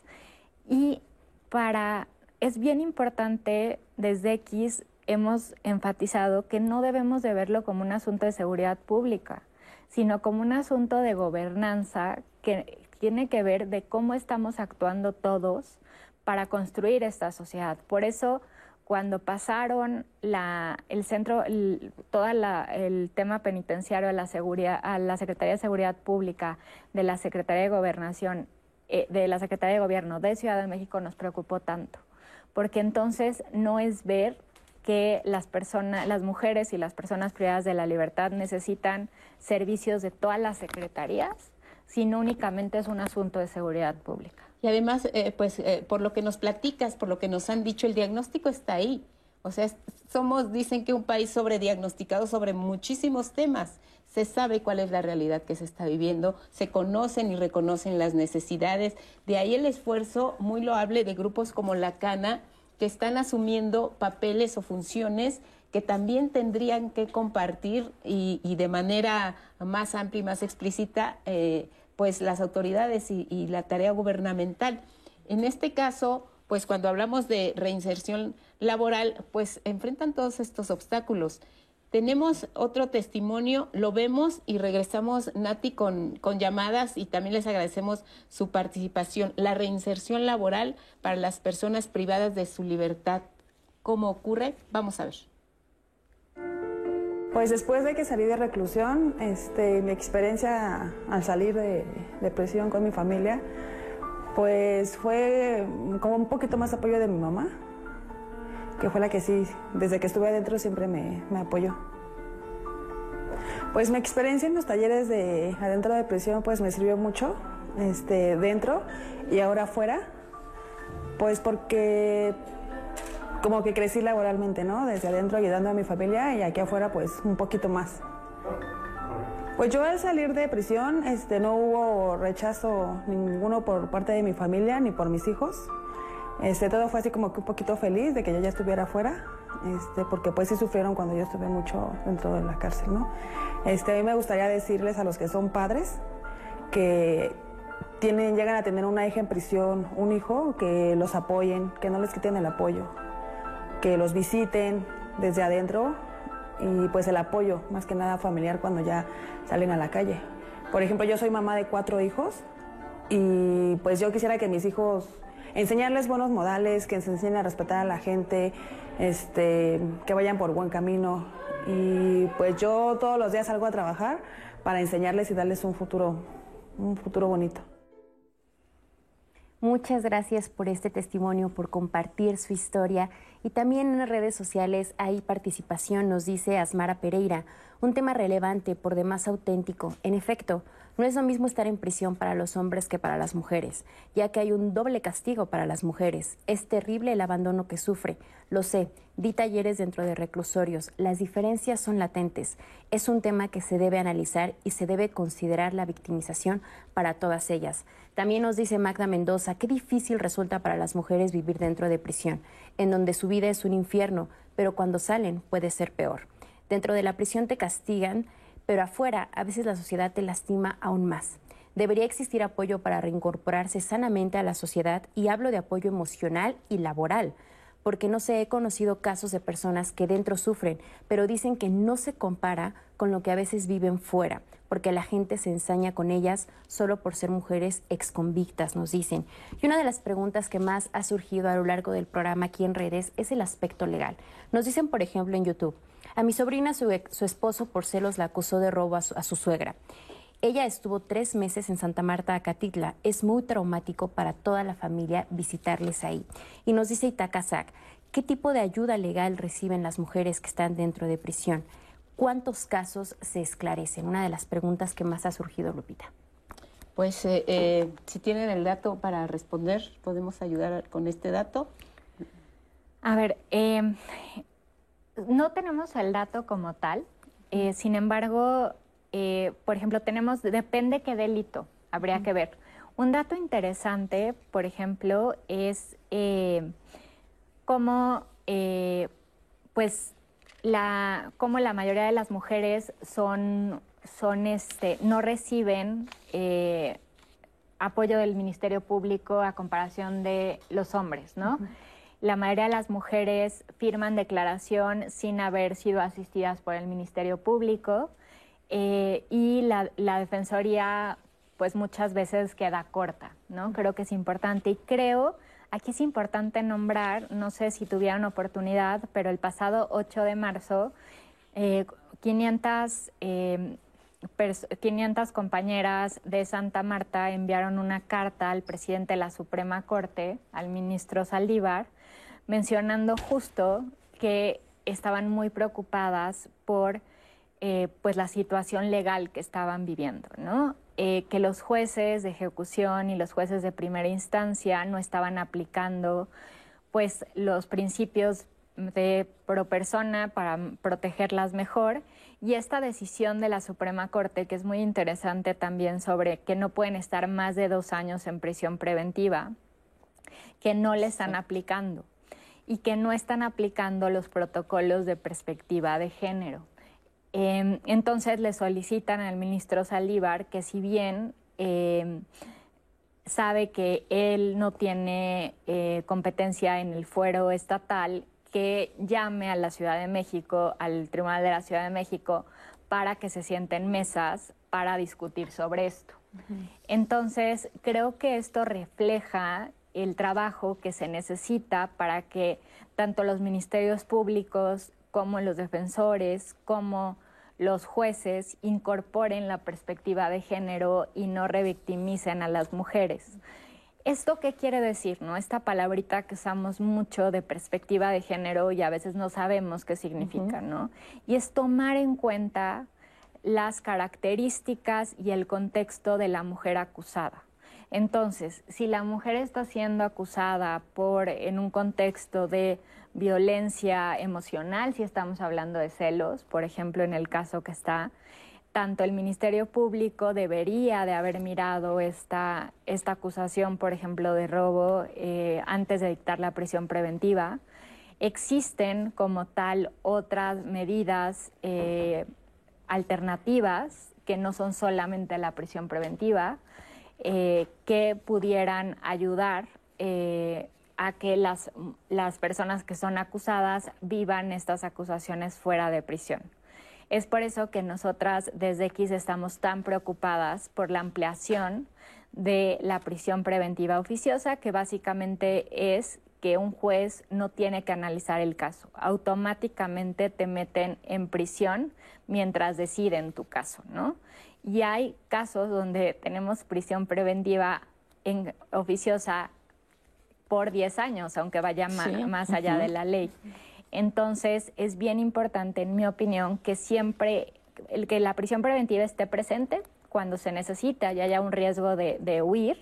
y para, es bien importante, desde X hemos enfatizado que no debemos de verlo como un asunto de seguridad pública, sino como un asunto de gobernanza que tiene que ver de cómo estamos actuando todos para construir esta sociedad. Por eso, cuando pasaron la, el centro, el, todo el tema penitenciario a la, seguridad, a la Secretaría de Seguridad Pública, de la Secretaría de Gobernación, eh, de la Secretaría de Gobierno de Ciudad de México, nos preocupó tanto, porque entonces no es ver que las personas, las mujeres y las personas privadas de la libertad necesitan servicios de todas las secretarías, sino únicamente es un asunto de seguridad pública. Y además, eh, pues, eh, por lo que nos platicas, por lo que nos han dicho, el diagnóstico está ahí. O sea, somos, dicen que un país sobrediagnosticado sobre muchísimos temas. Se sabe cuál es la realidad que se está viviendo, se conocen y reconocen las necesidades. De ahí el esfuerzo muy loable de grupos como la Cana, que están asumiendo papeles o funciones que también tendrían que compartir y, y de manera más amplia y más explícita, eh, pues las autoridades y, y la tarea gubernamental. En este caso, pues cuando hablamos de reinserción laboral, pues enfrentan todos estos obstáculos. Tenemos otro testimonio, lo vemos y regresamos, Nati, con, con llamadas y también les agradecemos su participación. La reinserción laboral para las personas privadas de su libertad. ¿Cómo ocurre? Vamos a ver. Pues después de que salí de reclusión, este, mi experiencia al salir de, de prisión con mi familia, pues fue como un poquito más apoyo de mi mamá, que fue la que sí, desde que estuve adentro siempre me, me apoyó. Pues mi experiencia en los talleres de adentro de prisión pues me sirvió mucho, este, dentro y ahora afuera, pues porque como que crecí laboralmente, ¿no? Desde adentro ayudando a mi familia y aquí afuera pues un poquito más. Pues yo al salir de prisión este, no hubo rechazo ninguno por parte de mi familia ni por mis hijos. Este, todo fue así como que un poquito feliz de que yo ya estuviera afuera, este, porque pues sí sufrieron cuando yo estuve mucho dentro de la cárcel, ¿no? Este, a mí me gustaría decirles a los que son padres que tienen, llegan a tener una hija en prisión, un hijo, que los apoyen, que no les quiten el apoyo, que los visiten desde adentro y pues el apoyo, más que nada familiar cuando ya salen a la calle. Por ejemplo, yo soy mamá de cuatro hijos y pues yo quisiera que mis hijos enseñarles buenos modales, que se enseñen a respetar a la gente, este, que vayan por buen camino. Y pues yo todos los días salgo a trabajar para enseñarles y darles un futuro, un futuro bonito. Muchas gracias por este testimonio, por compartir su historia. Y también en las redes sociales hay participación, nos dice Asmara Pereira, un tema relevante, por demás auténtico. En efecto, no es lo mismo estar en prisión para los hombres que para las mujeres, ya que hay un doble castigo para las mujeres. Es terrible el abandono que sufre. Lo sé, di talleres dentro de reclusorios. Las diferencias son latentes. Es un tema que se debe analizar y se debe considerar la victimización para todas ellas. También nos dice Magda Mendoza, qué difícil resulta para las mujeres vivir dentro de prisión, en donde su vida es un infierno, pero cuando salen puede ser peor. Dentro de la prisión te castigan, pero afuera a veces la sociedad te lastima aún más. Debería existir apoyo para reincorporarse sanamente a la sociedad y hablo de apoyo emocional y laboral, porque no sé, he conocido casos de personas que dentro sufren, pero dicen que no se compara con lo que a veces viven fuera, porque la gente se ensaña con ellas solo por ser mujeres exconvictas, nos dicen. Y una de las preguntas que más ha surgido a lo largo del programa aquí en redes es el aspecto legal. Nos dicen, por ejemplo, en YouTube, a mi sobrina su, ex, su esposo por celos la acusó de robo a su, a su suegra. Ella estuvo tres meses en Santa Marta, Acatitla. Es muy traumático para toda la familia visitarles ahí. Y nos dice Itacazak, ¿qué tipo de ayuda legal reciben las mujeres que están dentro de prisión? ¿Cuántos casos se esclarecen? Una de las preguntas que más ha surgido, Lupita. Pues eh, eh, si tienen el dato para responder, ¿podemos ayudar con este dato? A ver, eh, no tenemos el dato como tal. Eh, sin embargo, eh, por ejemplo, tenemos, depende qué delito, habría que ver. Un dato interesante, por ejemplo, es eh, cómo, eh, pues, la, cómo la mayoría de las mujeres son, son este, no reciben eh, apoyo del Ministerio Público a comparación de los hombres, ¿no? Uh-huh. La mayoría de las mujeres firman declaración sin haber sido asistidas por el Ministerio Público eh, y la, la Defensoría pues muchas veces queda corta, ¿no? Creo que es importante y creo, aquí es importante nombrar, no sé si tuvieron oportunidad, pero el pasado ocho de marzo, eh, quinientas, eh, quinientas compañeras de Santa Marta enviaron una carta al presidente de la Suprema Corte, al ministro Saldívar, mencionando justo que estaban muy preocupadas por eh, pues la situación legal que estaban viviendo, ¿no? Eh, que los jueces de ejecución y los jueces de primera instancia no estaban aplicando pues los principios de pro persona para protegerlas mejor, y esta decisión de la Suprema Corte, que es muy interesante también, sobre que no pueden estar más de dos años en prisión preventiva, que no le están aplicando y que no están aplicando los protocolos de perspectiva de género. Eh, entonces le solicitan al ministro Saldívar que, si bien eh, sabe que él no tiene eh, competencia en el fuero estatal, que llame a la Ciudad de México, al Tribunal de la Ciudad de México, para que se sienten mesas para discutir sobre esto. Uh-huh. Entonces, creo que esto refleja el trabajo que se necesita para que tanto los ministerios públicos como los defensores, como los jueces incorporen la perspectiva de género y no revictimicen a las mujeres. ¿Esto qué quiere decir, no? Esta palabrita que usamos mucho de perspectiva de género y a veces no sabemos qué significa, uh-huh. ¿no? Y es tomar en cuenta las características y el contexto de la mujer acusada. Entonces, si la mujer está siendo acusada por, en un contexto de violencia emocional, si estamos hablando de celos, por ejemplo, en el caso que está, tanto el Ministerio Público debería de haber mirado esta, esta acusación, por ejemplo, de robo eh, antes de dictar la prisión preventiva. Existen como tal otras medidas eh, alternativas que no son solamente la prisión preventiva, eh, que pudieran ayudar eh, a que las, las personas que son acusadas vivan estas acusaciones fuera de prisión. Es por eso que nosotras desde X estamos tan preocupadas por la ampliación de la prisión preventiva oficiosa, que básicamente es que un juez no tiene que analizar el caso. Automáticamente te meten en prisión mientras deciden tu caso, ¿no? Y hay casos donde tenemos prisión preventiva en, oficiosa por diez años, aunque vaya sí. ma- más allá uh-huh. de la ley. Entonces, es bien importante, en mi opinión, que siempre el que la prisión preventiva esté presente cuando se necesita y haya un riesgo de, de huir,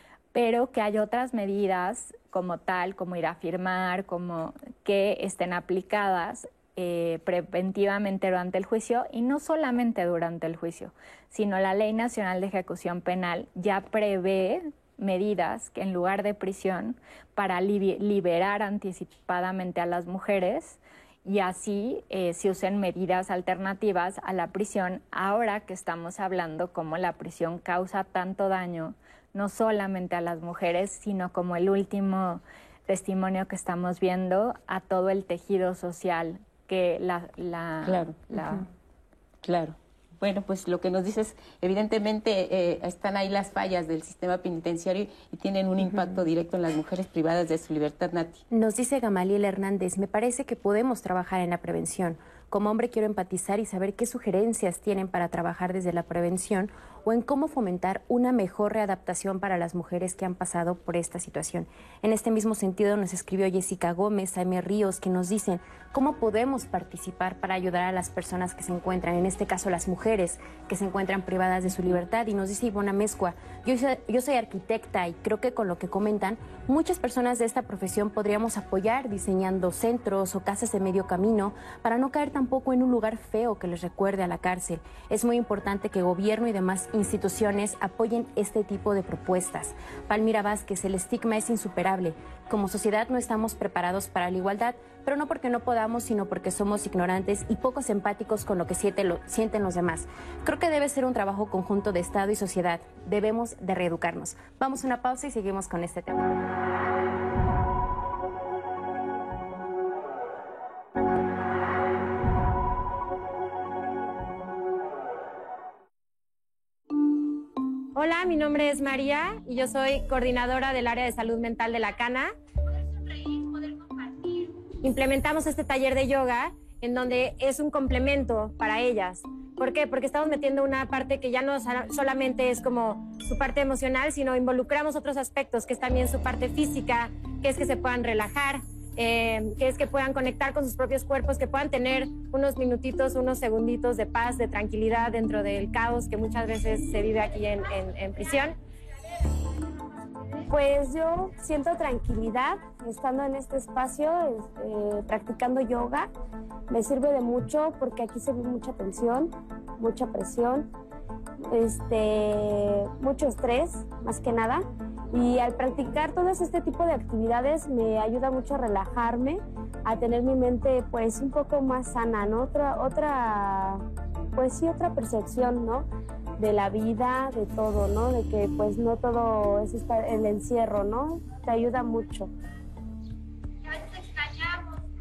pero que haya otras medidas como tal, como ir a firmar, como que estén aplicadas eh, preventivamente durante el juicio, y no solamente durante el juicio, sino la Ley Nacional de Ejecución Penal ya prevé medidas que en lugar de prisión para li- liberar anticipadamente a las mujeres y así eh, se usen medidas alternativas a la prisión, ahora que estamos hablando cómo la prisión causa tanto daño, no solamente a las mujeres, sino como el último testimonio que estamos viendo, a todo el tejido social que la... la claro, la... Uh-huh. claro. Bueno, pues lo que nos dices, evidentemente eh, están ahí las fallas del sistema penitenciario y tienen un uh-huh. impacto directo en las mujeres privadas de su libertad, Nati. Nos dice Gamaliel Hernández, me parece que podemos trabajar en la prevención. Como hombre quiero empatizar y saber qué sugerencias tienen para trabajar desde la prevención o en cómo fomentar una mejor readaptación para las mujeres que han pasado por esta situación. En este mismo sentido nos escribió Jessica Gómez, Jaime Ríos, que nos dicen cómo podemos participar para ayudar a las personas que se encuentran, en este caso las mujeres que se encuentran privadas de su libertad. Y nos dice Ivona Mezcua, yo soy, yo soy arquitecta y creo que con lo que comentan, muchas personas de esta profesión podríamos apoyar diseñando centros o casas de medio camino para no caer tampoco en un lugar feo que les recuerde a la cárcel. Es muy importante que gobierno y demás instituciones apoyen este tipo de propuestas. Palmira Vázquez, el estigma es insuperable. Como sociedad no estamos preparados para la igualdad, pero no porque no podamos, sino porque somos ignorantes y pocos empáticos con lo que siente lo, sienten los demás. Creo que debe ser un trabajo conjunto de Estado y sociedad. Debemos de reeducarnos. Vamos a una pausa y seguimos con este tema. Hola, mi nombre es María y yo soy coordinadora del área de salud mental de la Cana. Implementamos este taller de yoga en donde es un complemento para ellas. ¿Por qué? Porque estamos metiendo una parte que ya no solamente es como su parte emocional, sino involucramos otros aspectos, que es también su parte física, que es que se puedan relajar, eh, que es que puedan conectar con sus propios cuerpos, que puedan tener unos minutitos, unos segunditos de paz, de tranquilidad dentro del caos que muchas veces se vive aquí en, en, en prisión. Pues yo siento tranquilidad estando en este espacio, este, practicando yoga. Me sirve de mucho porque aquí se ve mucha tensión, mucha presión, este, mucho estrés, más que nada. Y al practicar todo este tipo de actividades me ayuda mucho a relajarme, a tener mi mente pues un poco más sana, ¿no? Otra, otra, pues sí, otra percepción, ¿no? De la vida, de todo, ¿no? De que pues no todo es estar el encierro, ¿no? Te ayuda mucho.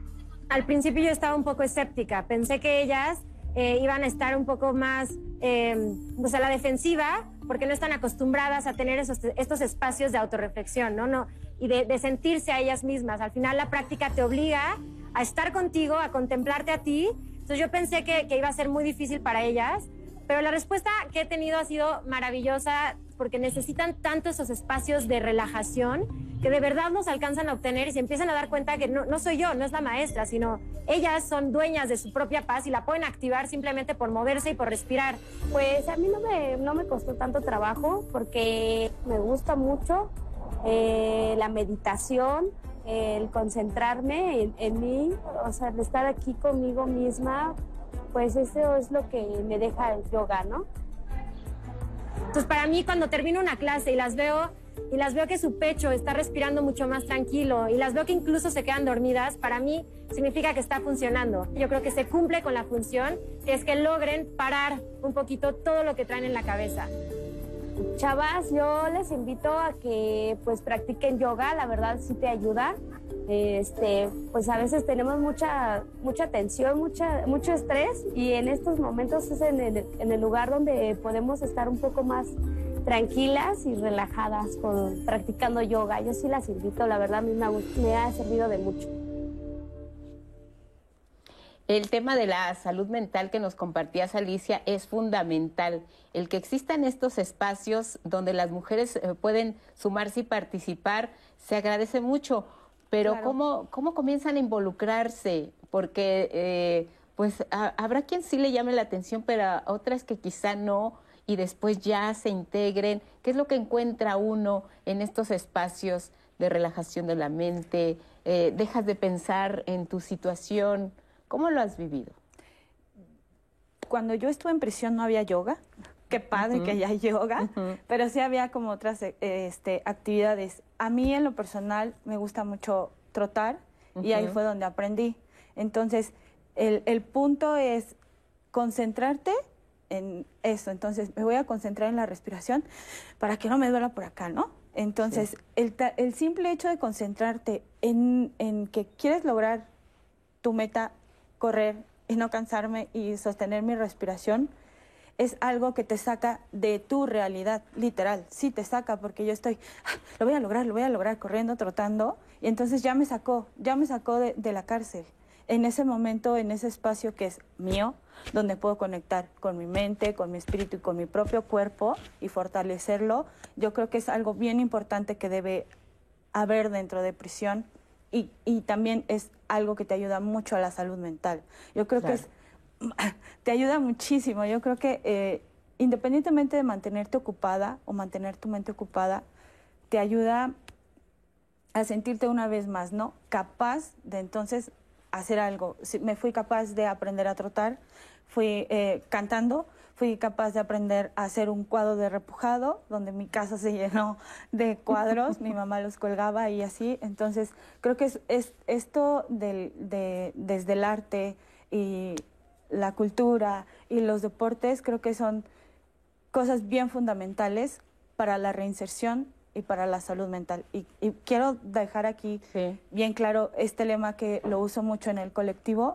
al principio yo estaba un poco escéptica. Pensé que ellas eh, iban a estar un poco más eh, pues a la defensiva, porque no están acostumbradas a tener esos, estos espacios de autorreflexión, ¿no? no y de, de sentirse a ellas mismas. Al final la práctica te obliga a estar contigo, a contemplarte a ti. Entonces yo pensé que, que iba a ser muy difícil para ellas, pero la respuesta que he tenido ha sido maravillosa, porque necesitan tanto esos espacios de relajación que de verdad nos alcanzan a obtener y se empiezan a dar cuenta que no, no soy yo, no es la maestra, sino ellas son dueñas de su propia paz y la pueden activar simplemente por moverse y por respirar. Pues a mí no me, no me costó tanto trabajo porque me gusta mucho eh, la meditación, el concentrarme en, en mí, o sea, el estar aquí conmigo misma, pues eso es lo que me deja el yoga, ¿no? Entonces, para mí, cuando termino una clase y las veo, y las veo que su pecho está respirando mucho más tranquilo y las veo que incluso se quedan dormidas, para mí significa que está funcionando. Yo creo que se cumple con la función, que es que logren parar un poquito todo lo que traen en la cabeza. Chavas, yo les invito a que pues practiquen yoga, la verdad sí te ayuda. Este, pues a veces tenemos mucha, mucha tensión, mucha, mucho estrés y en estos momentos es en el, en el lugar donde podemos estar un poco más tranquilas y relajadas con, practicando yoga. Yo sí las invito, la verdad a mí me, me ha servido de mucho. El tema de la salud mental que nos compartías, Alicia, es fundamental. El que existan estos espacios donde las mujeres eh, pueden sumarse y participar, se agradece mucho. Pero claro. ¿cómo, ¿cómo comienzan a involucrarse? Porque eh, pues a, habrá quien sí le llame la atención, pero a otras que quizá no, y después ya se integren. ¿Qué es lo que encuentra uno en estos espacios de relajación de la mente? Eh, ¿Dejas de pensar en tu situación? ¿Cómo lo has vivido? Cuando yo estuve en prisión no había yoga. Qué padre uh-huh. que haya yoga, uh-huh. pero sí había como otras este, actividades. A mí en lo personal me gusta mucho trotar uh-huh. y ahí fue donde aprendí. Entonces, el, el punto es concentrarte en eso. Entonces, me voy a concentrar en la respiración para que no me duela por acá, ¿no? Entonces, sí. el, el simple hecho de concentrarte en, en que quieres lograr tu meta, correr y no cansarme y sostener mi respiración, es algo que te saca de tu realidad, literal. Sí te saca, porque yo estoy, lo voy a lograr, lo voy a lograr, corriendo, trotando, y entonces ya me sacó, ya me sacó de, de la cárcel. En ese momento, en ese espacio que es mío, donde puedo conectar con mi mente, con mi espíritu y con mi propio cuerpo y fortalecerlo, yo creo que es algo bien importante que debe haber dentro de prisión y, y también es algo que te ayuda mucho a la salud mental. Yo creo claro. que es te ayuda muchísimo. Yo creo que eh, independientemente de mantenerte ocupada o mantener tu mente ocupada, te ayuda a sentirte una vez más, ¿no? Capaz de entonces hacer algo. Me fui capaz de aprender a trotar, fui eh, cantando, fui capaz de aprender a hacer un cuadro de repujado, donde mi casa se llenó de cuadros, mi mamá los colgaba y así. Entonces, creo que es, es esto del, de, desde el arte y la cultura y los deportes, creo que son cosas bien fundamentales para la reinserción y para la salud mental. Y, y quiero dejar aquí sí. bien claro este lema que lo uso mucho en el colectivo.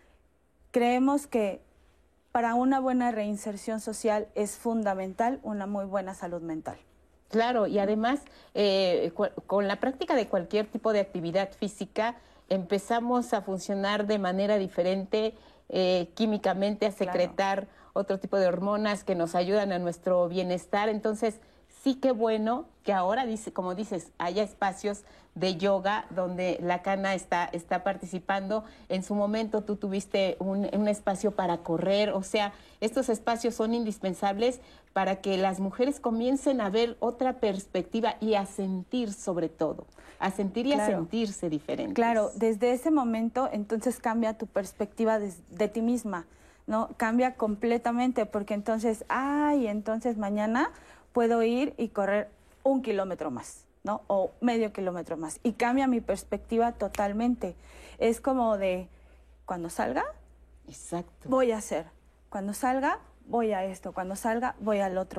Creemos que para una buena reinserción social es fundamental una muy buena salud mental. Claro, y además eh, con la práctica de cualquier tipo de actividad física empezamos a funcionar de manera diferente, Eh, químicamente a secretar claro. otro tipo de hormonas que nos ayudan a nuestro bienestar. Entonces, sí que bueno que ahora, dice, como dices, haya espacios de yoga donde la Cana está, está participando. En su momento tú tuviste un, un espacio para correr. O sea, estos espacios son indispensables para que las mujeres comiencen a ver otra perspectiva y a sentir sobre todo. A sentir y claro. a sentirse diferentes. Claro, desde ese momento entonces cambia tu perspectiva de, de ti misma, ¿no? Cambia completamente porque entonces, ay, entonces mañana puedo ir y correr un kilómetro más, ¿no? O medio kilómetro más. Y cambia mi perspectiva totalmente. Es como de, cuando salga, Exacto. voy a hacer. Cuando salga, voy a esto. Cuando salga, voy al otro.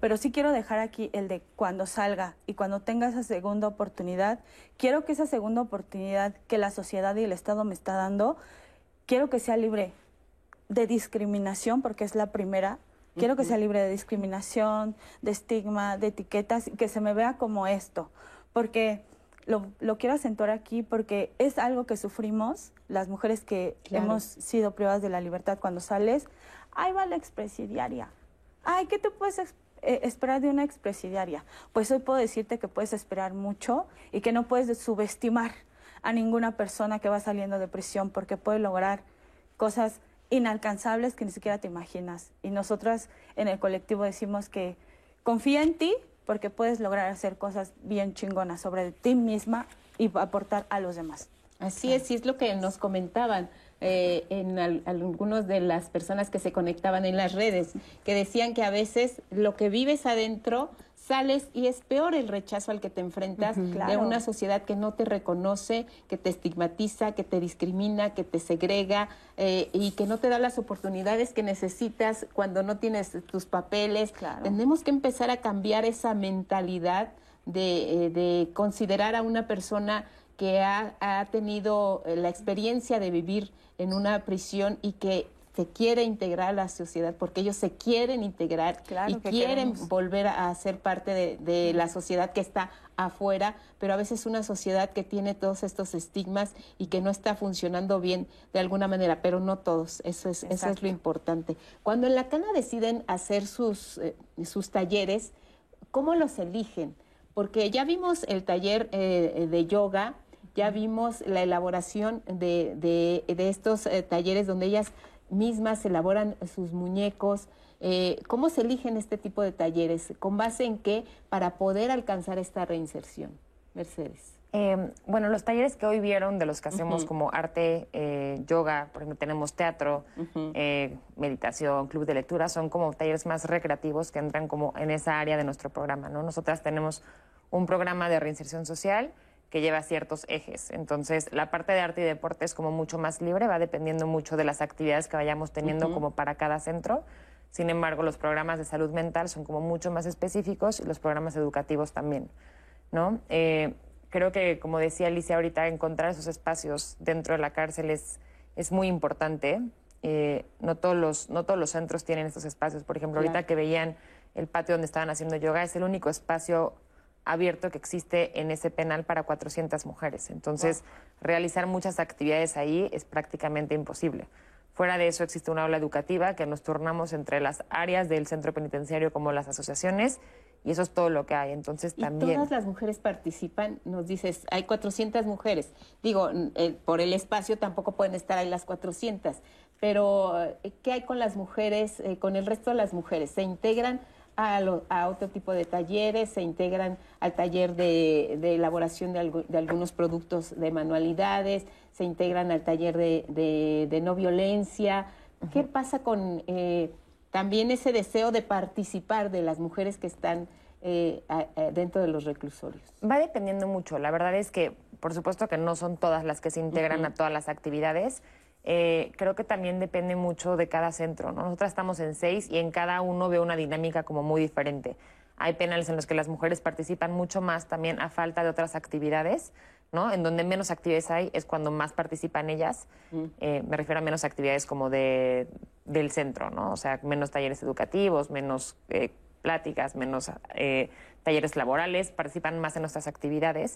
pero sí quiero dejar aquí el de cuando salga y cuando tenga esa segunda oportunidad, quiero que esa segunda oportunidad que la sociedad y el Estado me está dando, quiero que sea libre de discriminación, porque es la primera. Quiero que sea libre de discriminación, de estigma, de etiquetas, que se me vea como esto, porque lo, lo quiero acentuar aquí, porque es algo que sufrimos las mujeres que claro. hemos sido privadas de la libertad. Cuando sales, ahí va la expresidiaria. Ay, ¿qué te puedes eh, esperar de una expresidiaria? Pues hoy puedo decirte que puedes esperar mucho y que no puedes subestimar a ninguna persona que va saliendo de prisión, porque puede lograr cosas inalcanzables que ni siquiera te imaginas. Y nosotras en el colectivo decimos que confía en ti, porque puedes lograr hacer cosas bien chingonas sobre ti misma y aportar a los demás. Así es, y es lo que nos comentaban eh, en al, algunas de las personas que se conectaban en las redes, que decían que a veces lo que vives adentro sales y es peor el rechazo al que te enfrentas uh-huh, claro. de una sociedad que no te reconoce, que te estigmatiza, que te discrimina, que te segrega eh, y que no te da las oportunidades que necesitas cuando no tienes tus papeles. Claro. Tenemos que empezar a cambiar esa mentalidad de, eh, de considerar a una persona que ha, ha tenido la experiencia de vivir en una prisión y que se quiere integrar a la sociedad, porque ellos se quieren integrar claro y quieren queremos. volver a ser parte de, de la sociedad que está afuera, pero a veces una sociedad que tiene todos estos estigmas y que no está funcionando bien de alguna manera, pero no todos, eso es, eso es lo importante. Cuando en la Cana deciden hacer sus, eh, sus talleres, ¿cómo los eligen? Porque ya vimos el taller eh, de yoga, ya vimos la elaboración de, de, de estos eh, talleres donde ellas mismas elaboran sus muñecos. Eh, ¿Cómo se eligen este tipo de talleres? ¿Con base en qué para poder alcanzar esta reinserción? Mercedes. Eh, bueno, los talleres que hoy vieron, de los que hacemos uh-huh. como arte, eh, yoga, por ejemplo, tenemos teatro, uh-huh. eh, meditación, club de lectura, son como talleres más recreativos que entran como en esa área de nuestro programa, ¿no? Nosotras tenemos un programa de reinserción social que lleva ciertos ejes. Entonces, la parte de arte y deporte es como mucho más libre, va dependiendo mucho de las actividades que vayamos teniendo uh-huh. como para cada centro. Sin embargo, los programas de salud mental son como mucho más específicos y los programas educativos también, ¿no? Eh, creo que, como decía Alicia ahorita, encontrar esos espacios dentro de la cárcel es, es muy importante. Eh, no, todos los, no todos los centros tienen estos espacios. Por ejemplo, claro. ahorita que veían el patio donde estaban haciendo yoga, es el único espacio abierto que existe en ese penal para cuatrocientas mujeres. Entonces, wow. realizar muchas actividades ahí es prácticamente imposible. Fuera de eso, existe una aula educativa que nos turnamos entre las áreas del centro penitenciario como las asociaciones, y eso es todo lo que hay. Entonces, también... ¿Y todas las mujeres participan? Nos dices, hay cuatrocientas mujeres. Digo, eh, por el espacio tampoco pueden estar ahí las cuatrocientas, pero ¿qué hay con las mujeres, eh, con el resto de las mujeres? ¿Se integran A, lo, a otro tipo de talleres, se integran al taller de, de elaboración de, algo, de algunos productos de manualidades, se integran al taller de, de, de no violencia? Uh-huh. ¿Qué pasa con eh, también ese deseo de participar de las mujeres que están eh, a, a, dentro de los reclusorios? Va dependiendo mucho. La verdad es que, por supuesto que no son todas las que se integran uh-huh. a todas las actividades. Eh, creo que también depende mucho de cada centro, ¿no? Nosotras estamos en seis y en cada uno veo una dinámica como muy diferente. Hay penales en los que las mujeres participan mucho más también a falta de otras actividades, ¿no? En donde menos actividades hay es cuando más participan ellas. Mm. Eh, me refiero a menos actividades como de, del centro, ¿no? O sea, menos talleres educativos, menos eh, pláticas, menos eh, talleres laborales, participan más en nuestras actividades.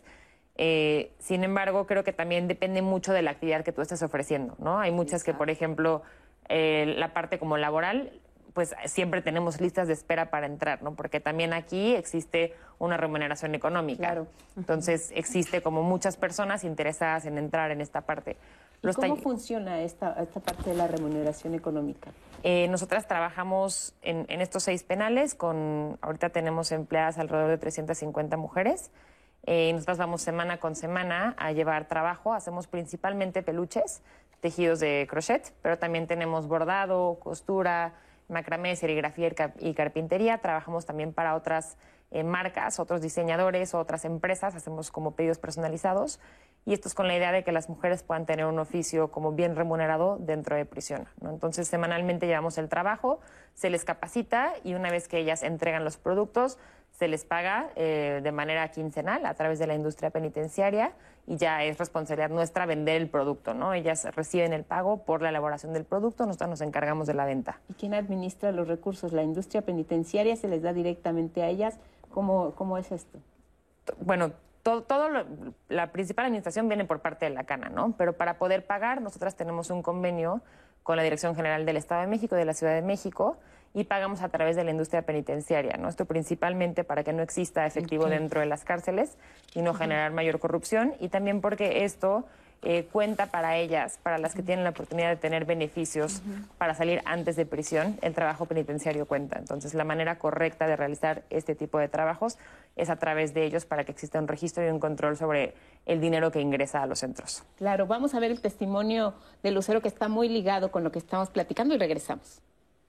Eh, sin embargo, creo que también depende mucho de la actividad que tú estés ofreciendo, ¿no? Hay muchas Exacto. que, por ejemplo, eh, la parte como laboral, pues siempre tenemos listas de espera para entrar, ¿no? Porque también aquí existe una remuneración económica. Claro. Entonces, existe como muchas personas interesadas en entrar en esta parte. ¿Y Los cómo funciona esta, esta parte de la remuneración económica? Eh, nosotras trabajamos en, en estos seis penales con, ahorita tenemos empleadas alrededor de trescientas cincuenta mujeres. Eh, nosotras vamos semana con semana a llevar trabajo. Hacemos principalmente peluches, tejidos de crochet, pero también tenemos bordado, costura, macramé, serigrafía y carpintería. Trabajamos también para otras eh, marcas, otros diseñadores, otras empresas. Hacemos como pedidos personalizados. y esto es con la idea de que las mujeres puedan tener un oficio como bien remunerado dentro de prisión, ¿no? Entonces, semanalmente llevamos el trabajo, se les capacita y una vez que ellas entregan los productos, se les paga eh, de manera quincenal a través de la industria penitenciaria y ya es responsabilidad nuestra vender el producto, ¿no? Ellas reciben el pago por la elaboración del producto, nosotros nos encargamos de la venta. ¿Y quién administra los recursos? ¿La industria penitenciaria se les da directamente a ellas? ¿Cómo, cómo es esto? Bueno, todo, todo lo, la principal administración viene por parte de la Cana, ¿no? Pero para poder pagar, nosotras tenemos un convenio con la Dirección General del Estado de México y de la Ciudad de México y pagamos a través de la industria penitenciaria, ¿no? Esto principalmente para que no exista efectivo okay. dentro de las cárceles y no uh-huh. generar mayor corrupción, y también porque esto eh, cuenta para ellas, para las que tienen la oportunidad de tener beneficios uh-huh. para salir antes de prisión, el trabajo penitenciario cuenta. Entonces, la manera correcta de realizar este tipo de trabajos es a través de ellos para que exista un registro y un control sobre el dinero que ingresa a los centros. Claro, vamos a ver el testimonio de Lucero, que está muy ligado con lo que estamos platicando, y regresamos.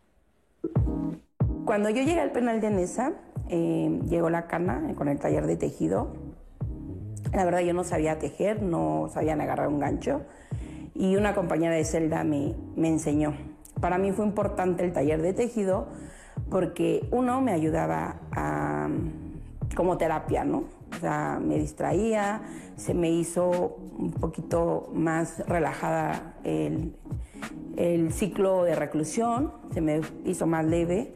Cuando yo llegué al penal de Nesa, eh, llegó la Cana con el taller de tejido. La verdad, yo no sabía tejer, no sabía agarrar un gancho, y una compañera de celda me, me enseñó. Para mí fue importante el taller de tejido porque, uno, me ayudaba a, como terapia, ¿no? O sea, me distraía, se me hizo un poquito más relajada el, el ciclo de reclusión, se me hizo más leve.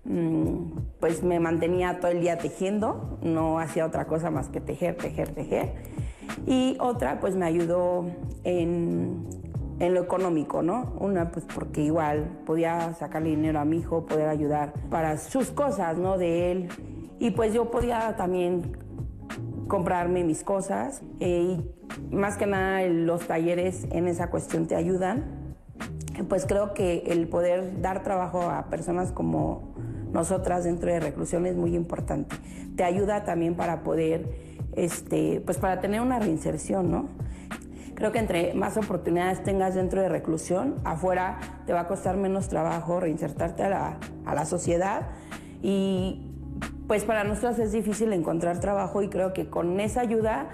Pues me mantenía todo el día tejiendo, no hacía otra cosa más que tejer, tejer, tejer. Y otra, pues me ayudó en, en lo económico, ¿no? Una, pues porque igual podía sacarle dinero a mi hijo, poder ayudar para sus cosas, ¿no? De él. Y pues yo podía también comprarme mis cosas. Eh, y más que nada los talleres en esa cuestión te ayudan. Pues creo que el poder dar trabajo a personas como nosotras dentro de reclusión es muy importante. Te ayuda también para poder, este, pues para tener una reinserción, ¿no? Creo que entre más oportunidades tengas dentro de reclusión, afuera te va a costar menos trabajo reinsertarte a la, a la sociedad, y pues para nosotras es difícil encontrar trabajo, y creo que con esa ayuda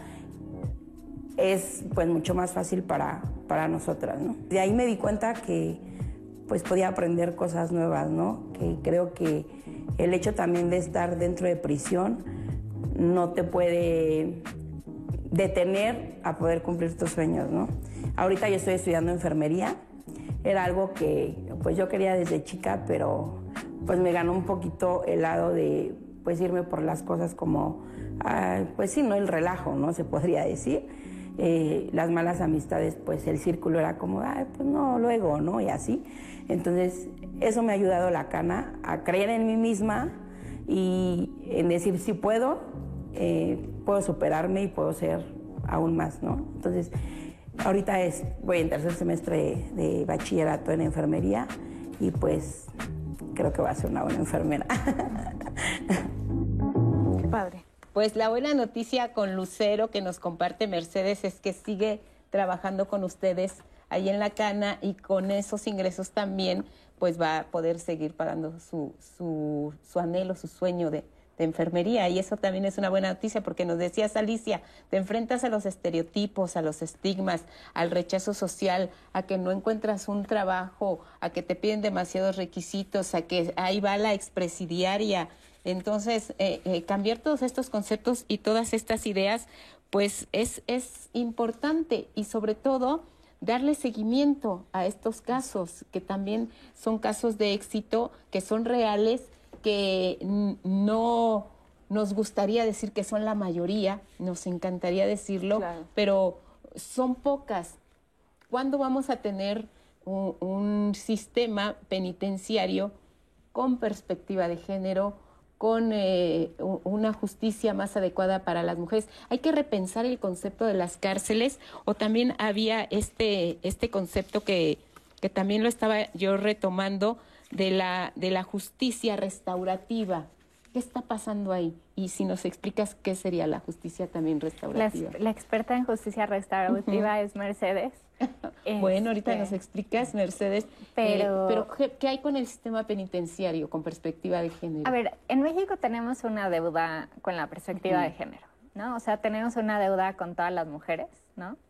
es pues mucho más fácil para, para nosotras, ¿no? De ahí me di cuenta que pues podía aprender cosas nuevas, ¿no? Que creo que el hecho también de estar dentro de prisión no te puede detener a poder cumplir tus sueños, ¿no? Ahorita yo estoy estudiando enfermería. Era algo que pues yo quería desde chica, pero pues me ganó un poquito el lado de pues irme por las cosas como, ah, pues sí, no el relajo, ¿no? Se podría decir. Eh, las malas amistades, pues el círculo era como, ay, pues no, luego, ¿no? Y así. Entonces, eso me ha ayudado la Cana a creer en mí misma y en decir, sí puedo, eh, puedo superarme y puedo ser aún más, ¿no? Entonces, ahorita es, voy en tercer semestre de, de bachillerato en enfermería, y pues creo que voy a ser una buena enfermera. Qué padre. Pues la buena noticia con Lucero que nos comparte Mercedes es que sigue trabajando con ustedes ahí en la Cana, y con esos ingresos también pues va a poder seguir pagando su, su, su anhelo, su sueño de, de enfermería. Y eso también es una buena noticia, porque nos decías, Alicia, te enfrentas a los estereotipos, a los estigmas, al rechazo social, a que no encuentras un trabajo, a que te piden demasiados requisitos, a que ahí va la expresidiaria. Entonces, eh, eh, cambiar todos estos conceptos y todas estas ideas, pues es, es importante, y sobre todo darle seguimiento a estos casos, que también son casos de éxito, que son reales, que no nos gustaría decir que son la mayoría, nos encantaría decirlo, claro, pero son pocas. ¿Cuándo vamos a tener un, un sistema penitenciario con perspectiva de género, con eh, una justicia más adecuada para las mujeres? Hay que repensar el concepto de las cárceles, o también había este, este concepto que, que también lo estaba yo retomando, de la, de la justicia restaurativa. ¿Qué está pasando ahí? Y si nos explicas qué sería la justicia también restaurativa. La, la experta en justicia restaurativa uh-huh. es Mercedes. Bueno, ahorita este, nos explicas, Mercedes, pero, eh, pero ¿qué, ¿qué hay con el sistema penitenciario con perspectiva de género? A ver, en México tenemos una deuda con la perspectiva uh-huh. de género, ¿no? O sea, tenemos una deuda con todas las mujeres, ¿no?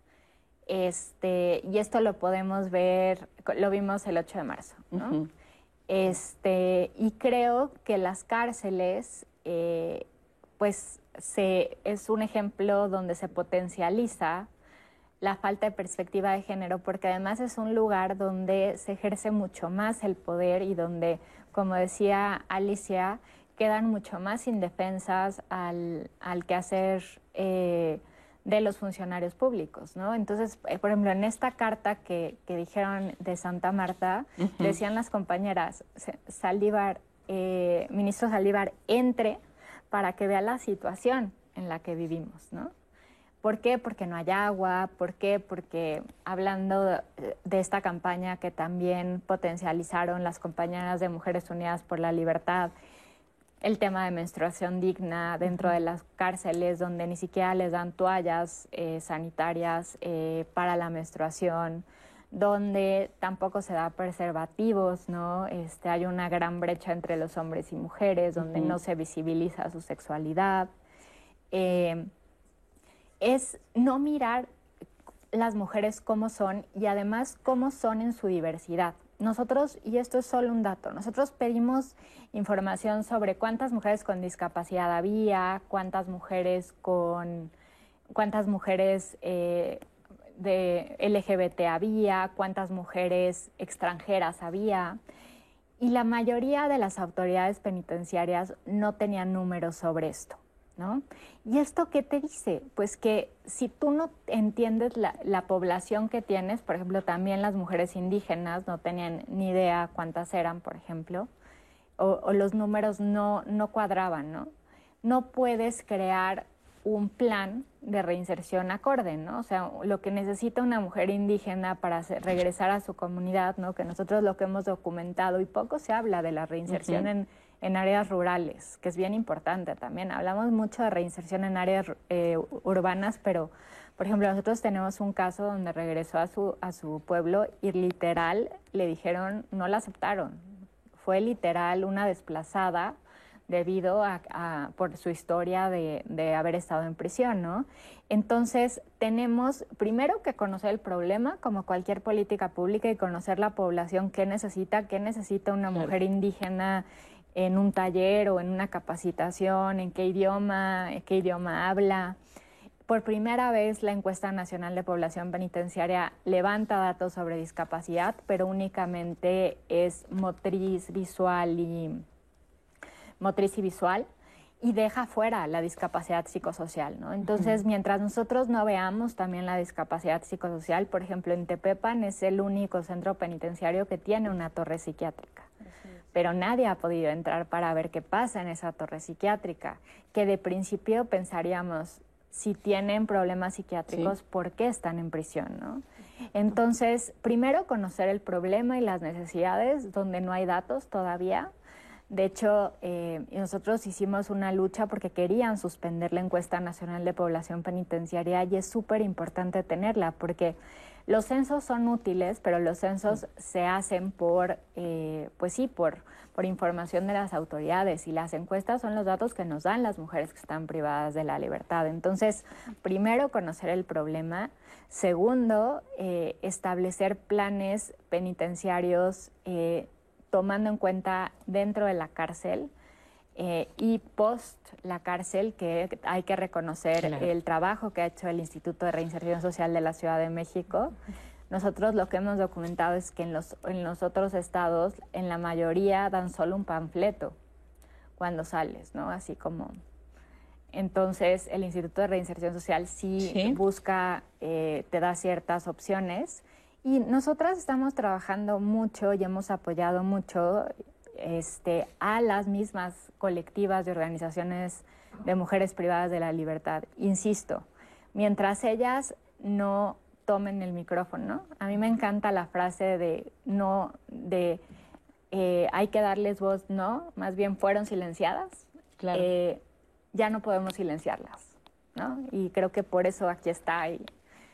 este, y esto lo podemos ver, lo vimos el ocho de marzo, ¿no? Uh-huh. Este, y creo que las cárceles, eh, pues, se, es un ejemplo donde se potencializa la falta de perspectiva de género, porque además es un lugar donde se ejerce mucho más el poder y donde, como decía Alicia, quedan mucho más indefensas al, al quehacer eh, de los funcionarios públicos, ¿no? Entonces, eh, por ejemplo, en esta carta que, que dijeron de Santa Marta, uh-huh. decían las compañeras, Saldívar, eh, ministro Saldívar, entre para que vea la situación en la que vivimos, ¿no? ¿Por qué? Porque no hay agua. ¿Por qué? Porque hablando de, de esta campaña que también potencializaron las compañeras de Mujeres Unidas por la Libertad, el tema de menstruación digna dentro de las cárceles, donde ni siquiera les dan toallas eh, sanitarias eh, para la menstruación, donde tampoco se da preservativos, ¿no? Este, hay una gran brecha entre los hombres y mujeres, donde uh-huh. no se visibiliza su sexualidad. Eh, es no mirar las mujeres cómo son y además cómo son en su diversidad. Nosotros, y esto es solo un dato, nosotros pedimos información sobre cuántas mujeres con discapacidad había, cuántas mujeres con, cuántas mujeres eh, de L G B T había, cuántas mujeres extranjeras había, y la mayoría de las autoridades penitenciarias no tenían números sobre esto, ¿no? ¿Y esto qué te dice? Pues que si tú no entiendes la, la población que tienes, por ejemplo, también las mujeres indígenas no tenían ni idea cuántas eran, por ejemplo, o, o los números no, no cuadraban, ¿no? No puedes crear un plan de reinserción acorde, ¿no? O sea, lo que necesita una mujer indígena para hacer, regresar a su comunidad, ¿no? Que nosotros lo que hemos documentado, y poco se habla de la reinserción uh-huh. en en áreas rurales, que es bien importante también. Hablamos mucho de reinserción en áreas eh, urbanas, pero, por ejemplo, nosotros tenemos un caso donde regresó a su, a su pueblo y literal le dijeron, no la aceptaron. Fue literal una desplazada debido a, a por su historia de, de haber estado en prisión, ¿no? Entonces, tenemos primero que conocer el problema, como cualquier política pública, y conocer la población, qué necesita, qué necesita una claro. mujer indígena en un taller o en una capacitación, en qué idioma, qué idioma habla. Por primera vez la encuesta nacional de población penitenciaria levanta datos sobre discapacidad, pero únicamente es motriz, visual y motriz y visual, y deja fuera la discapacidad psicosocial, ¿no? Entonces, mientras nosotros no veamos también la discapacidad psicosocial, por ejemplo, en Tepepan es el único centro penitenciario que tiene una torre psiquiátrica. Pero nadie ha podido entrar para ver qué pasa en esa torre psiquiátrica, que de principio pensaríamos, si tienen problemas psiquiátricos, sí. ¿por qué están en prisión, no? Entonces, primero conocer el problema y las necesidades donde no hay datos todavía. De hecho, eh, nosotros hicimos una lucha porque querían suspender la encuesta nacional de población penitenciaria y es súper importante tenerla porque los censos son útiles, pero los censos se hacen por, eh, pues sí, por, por información de las autoridades y las encuestas son los datos que nos dan las mujeres que están privadas de la libertad. Entonces, primero, conocer el problema. Segundo, eh, establecer planes penitenciarios eh, tomando en cuenta dentro de la cárcel eh, y post la cárcel, que hay que reconocer claro. el trabajo que ha hecho el Instituto de Reinserción Social de la Ciudad de México. Nosotros lo que hemos documentado es que en los, en los otros estados, en la mayoría dan solo un panfleto cuando sales, ¿no? Así como... Entonces, el Instituto de Reinserción Social sí, ¿Sí? busca, eh, te da ciertas opciones. Y nosotras estamos trabajando mucho y hemos apoyado mucho este, a las mismas colectivas de organizaciones de mujeres privadas de la libertad. Insisto, mientras ellas no tomen el micrófono, ¿no? A mí me encanta la frase de no, de eh, hay que darles voz, no, más bien fueron silenciadas. Claro. Eh, ya no podemos silenciarlas, ¿no? Y creo que por eso aquí está. Y,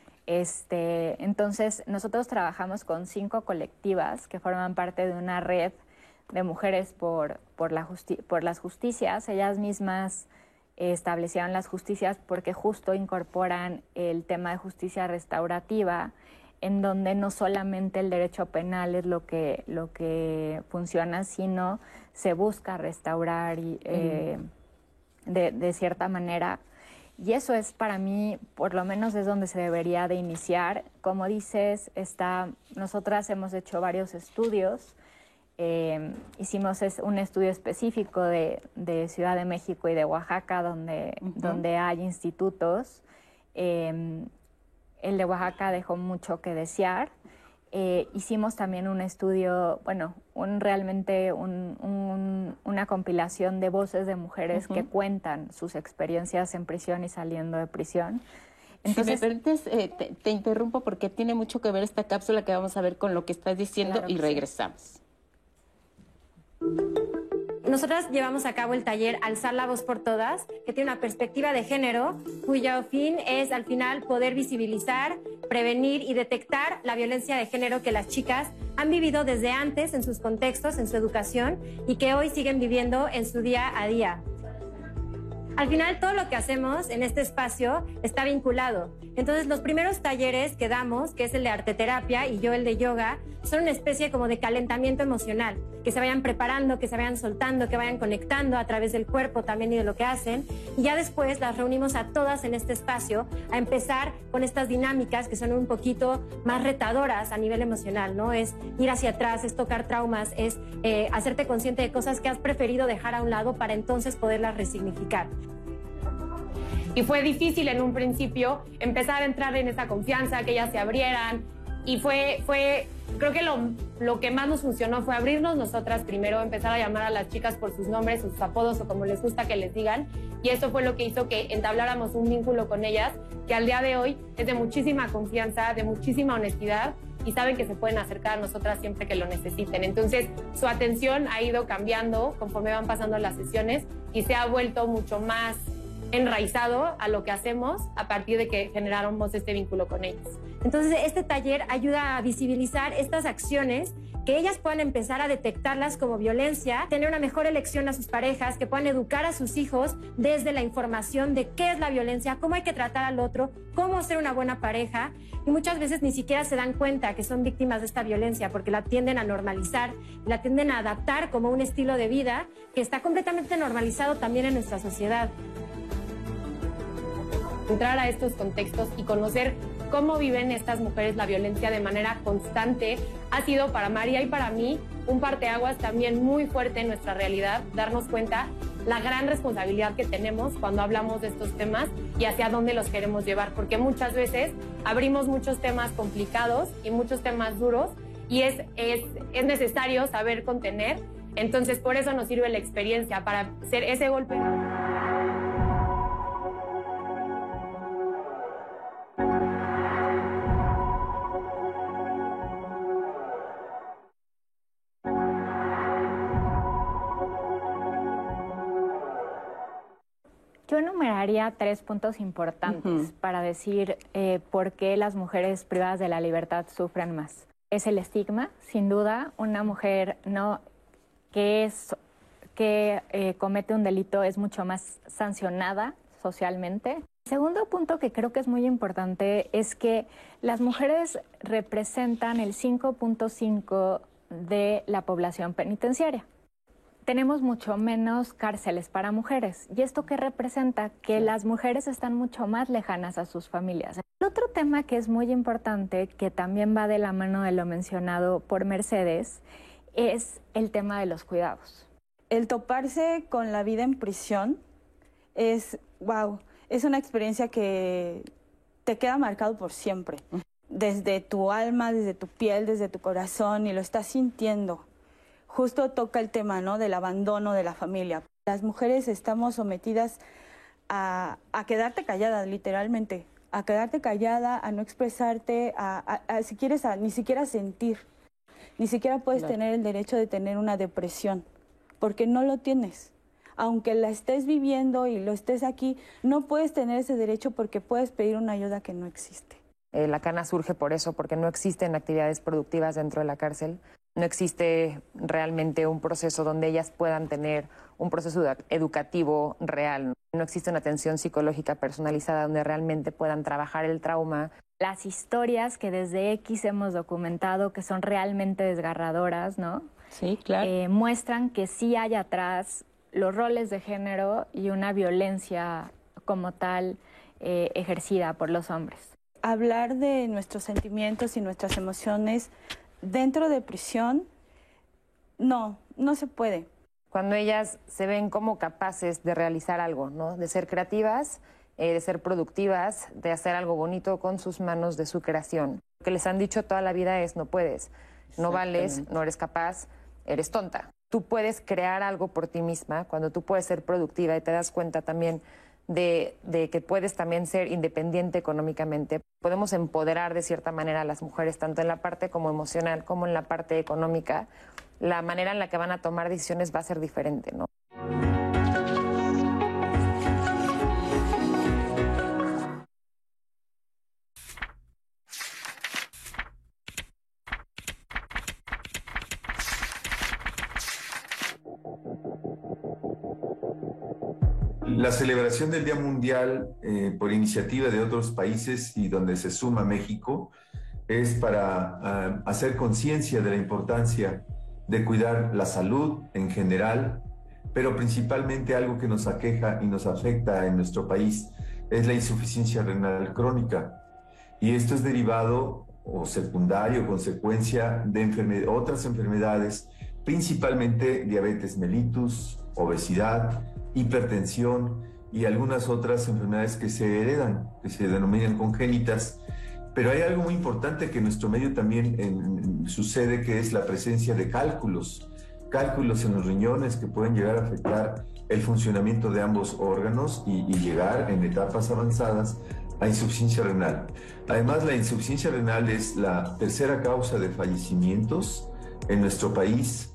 Este, entonces, nosotros trabajamos con cinco colectivas que forman parte de una red de mujeres por, por, la justi por las justicias. Ellas mismas eh, establecieron las justicias porque justo incorporan el tema de justicia restaurativa, en donde no solamente el derecho penal es lo que, lo que funciona, sino se busca restaurar y, eh, mm. de, de cierta manera. Y eso es para mí, por lo menos es donde se debería de iniciar. Como dices, está, nosotras hemos hecho varios estudios. Eh, hicimos es, un estudio específico de, de Ciudad de México y de Oaxaca, donde, uh-huh. donde hay institutos. Eh, el de Oaxaca dejó mucho que desear. Eh, hicimos también un estudio, bueno, un, realmente un, un, una compilación de voces de mujeres uh-huh. que cuentan sus experiencias en prisión y saliendo de prisión. Entonces, si me permites, eh, te, te interrumpo porque tiene mucho que ver esta cápsula que vamos a ver con lo que estás diciendo claro y regresamos. Nosotras llevamos a cabo el taller Alzar la Voz por Todas, que tiene una perspectiva de género, cuyo fin es al final poder visibilizar, prevenir y detectar la violencia de género que las chicas han vivido desde antes en sus contextos, en su educación, y que hoy siguen viviendo en su día a día. Al final, todo lo que hacemos en este espacio está vinculado. Entonces, los primeros talleres que damos, que es el de arteterapia y yo el de yoga, son una especie como de calentamiento emocional, que se vayan preparando, que se vayan soltando, que vayan conectando a través del cuerpo también y de lo que hacen. Y ya después las reunimos a todas en este espacio a empezar con estas dinámicas que son un poquito más retadoras a nivel emocional, ¿no? Es ir hacia atrás, es tocar traumas, es eh, hacerte consciente de cosas que has preferido dejar a un lado para entonces poderlas resignificar. Y fue difícil en un principio empezar a entrar en esa confianza, que ellas se abrieran. Y fue, fue creo que lo, lo que más nos funcionó fue abrirnos nosotras primero, empezar a llamar a las chicas por sus nombres, sus apodos o como les gusta que les digan. Y eso fue lo que hizo que entabláramos un vínculo con ellas, que al día de hoy es de muchísima confianza, de muchísima honestidad y saben que se pueden acercar a nosotras siempre que lo necesiten. Entonces, su atención ha ido cambiando conforme van pasando las sesiones y se ha vuelto mucho más enraizado a lo que hacemos a partir de que generáramos este vínculo con ellas. Entonces, este taller ayuda a visibilizar estas acciones, que ellas puedan empezar a detectarlas como violencia, tener una mejor elección a sus parejas, que puedan educar a sus hijos desde la información de qué es la violencia, cómo hay que tratar al otro, cómo ser una buena pareja. Y muchas veces ni siquiera se dan cuenta que son víctimas de esta violencia porque la tienden a normalizar, la tienden a adaptar como un estilo de vida que está completamente normalizado también en nuestra sociedad. Entrar a estos contextos y conocer cómo viven estas mujeres la violencia de manera constante ha sido para María y para mí un parteaguas también muy fuerte en nuestra realidad, darnos cuenta la gran responsabilidad que tenemos cuando hablamos de estos temas y hacia dónde los queremos llevar, porque muchas veces abrimos muchos temas complicados y muchos temas duros y es, es, es necesario saber contener, entonces por eso nos sirve la experiencia, para hacer ese golpe. Yo enumeraría tres puntos importantes uh-huh. para decir eh, por qué las mujeres privadas de la libertad sufren más. Es el estigma, sin duda. Una mujer no que, es, que eh, comete un delito es mucho más sancionada socialmente. El segundo punto que creo que es muy importante es que las mujeres representan el cinco punto cinco de la población penitenciaria. Tenemos mucho menos cárceles para mujeres. ¿Y esto qué representa? Que las mujeres están mucho más lejanas a sus familias. El otro tema que es muy importante, que también va de la mano de lo mencionado por Mercedes, es el tema de los cuidados. El toparse con la vida en prisión es, wow, es una experiencia que te queda marcado por siempre. Desde tu alma, desde tu piel, desde tu corazón, y lo estás sintiendo. Justo toca el tema, ¿no?, del abandono de la familia. Las mujeres estamos sometidas a, a quedarte callada, literalmente, a quedarte callada, a no expresarte, a, a, a si quieres, a ni siquiera sentir. Ni siquiera puedes claro. tener el derecho de tener una depresión, porque no lo tienes. Aunque la estés viviendo y lo estés aquí, no puedes tener ese derecho porque puedes pedir una ayuda que no existe. Eh, la cana surge por eso, porque no existen actividades productivas dentro de la cárcel. No existe realmente un proceso donde ellas puedan tener un proceso educativo real. No existe una atención psicológica personalizada donde realmente puedan trabajar el trauma. Las historias que desde X hemos documentado, que son realmente desgarradoras, ¿no? Sí, claro. Eh, muestran que sí hay atrás los roles de género y una violencia como tal eh, ejercida por los hombres. Hablar de nuestros sentimientos y nuestras emociones dentro de prisión, no, no se puede. Cuando ellas se ven como capaces de realizar algo, ¿no? De ser creativas, eh, de ser productivas, de hacer algo bonito con sus manos, de su creación. Lo que les han dicho toda la vida es no puedes, no vales, no eres capaz, eres tonta. Tú puedes crear algo por ti misma cuando tú puedes ser productiva y te das cuenta también de, de que puedes también ser independiente económicamente. Podemos empoderar de cierta manera a las mujeres, tanto en la parte como emocional como en la parte económica. La manera en la que van a tomar decisiones va a ser diferente, ¿no? La celebración del Día Mundial eh, por iniciativa de otros países y donde se suma México es para uh, hacer conciencia de la importancia de cuidar la salud en general, pero principalmente algo que nos aqueja y nos afecta en nuestro país es la insuficiencia renal crónica. Y esto es derivado o secundario, consecuencia de enferme- otras enfermedades, principalmente diabetes mellitus, obesidad, hipertensión y algunas otras enfermedades que se heredan, que se denominan congénitas. Pero hay algo muy importante que en nuestro medio también en, sucede, que es la presencia de cálculos, cálculos en los riñones que pueden llegar a afectar el funcionamiento de ambos órganos y, y llegar en etapas avanzadas a insuficiencia renal. Además, la insuficiencia renal es la tercera causa de fallecimientos en nuestro país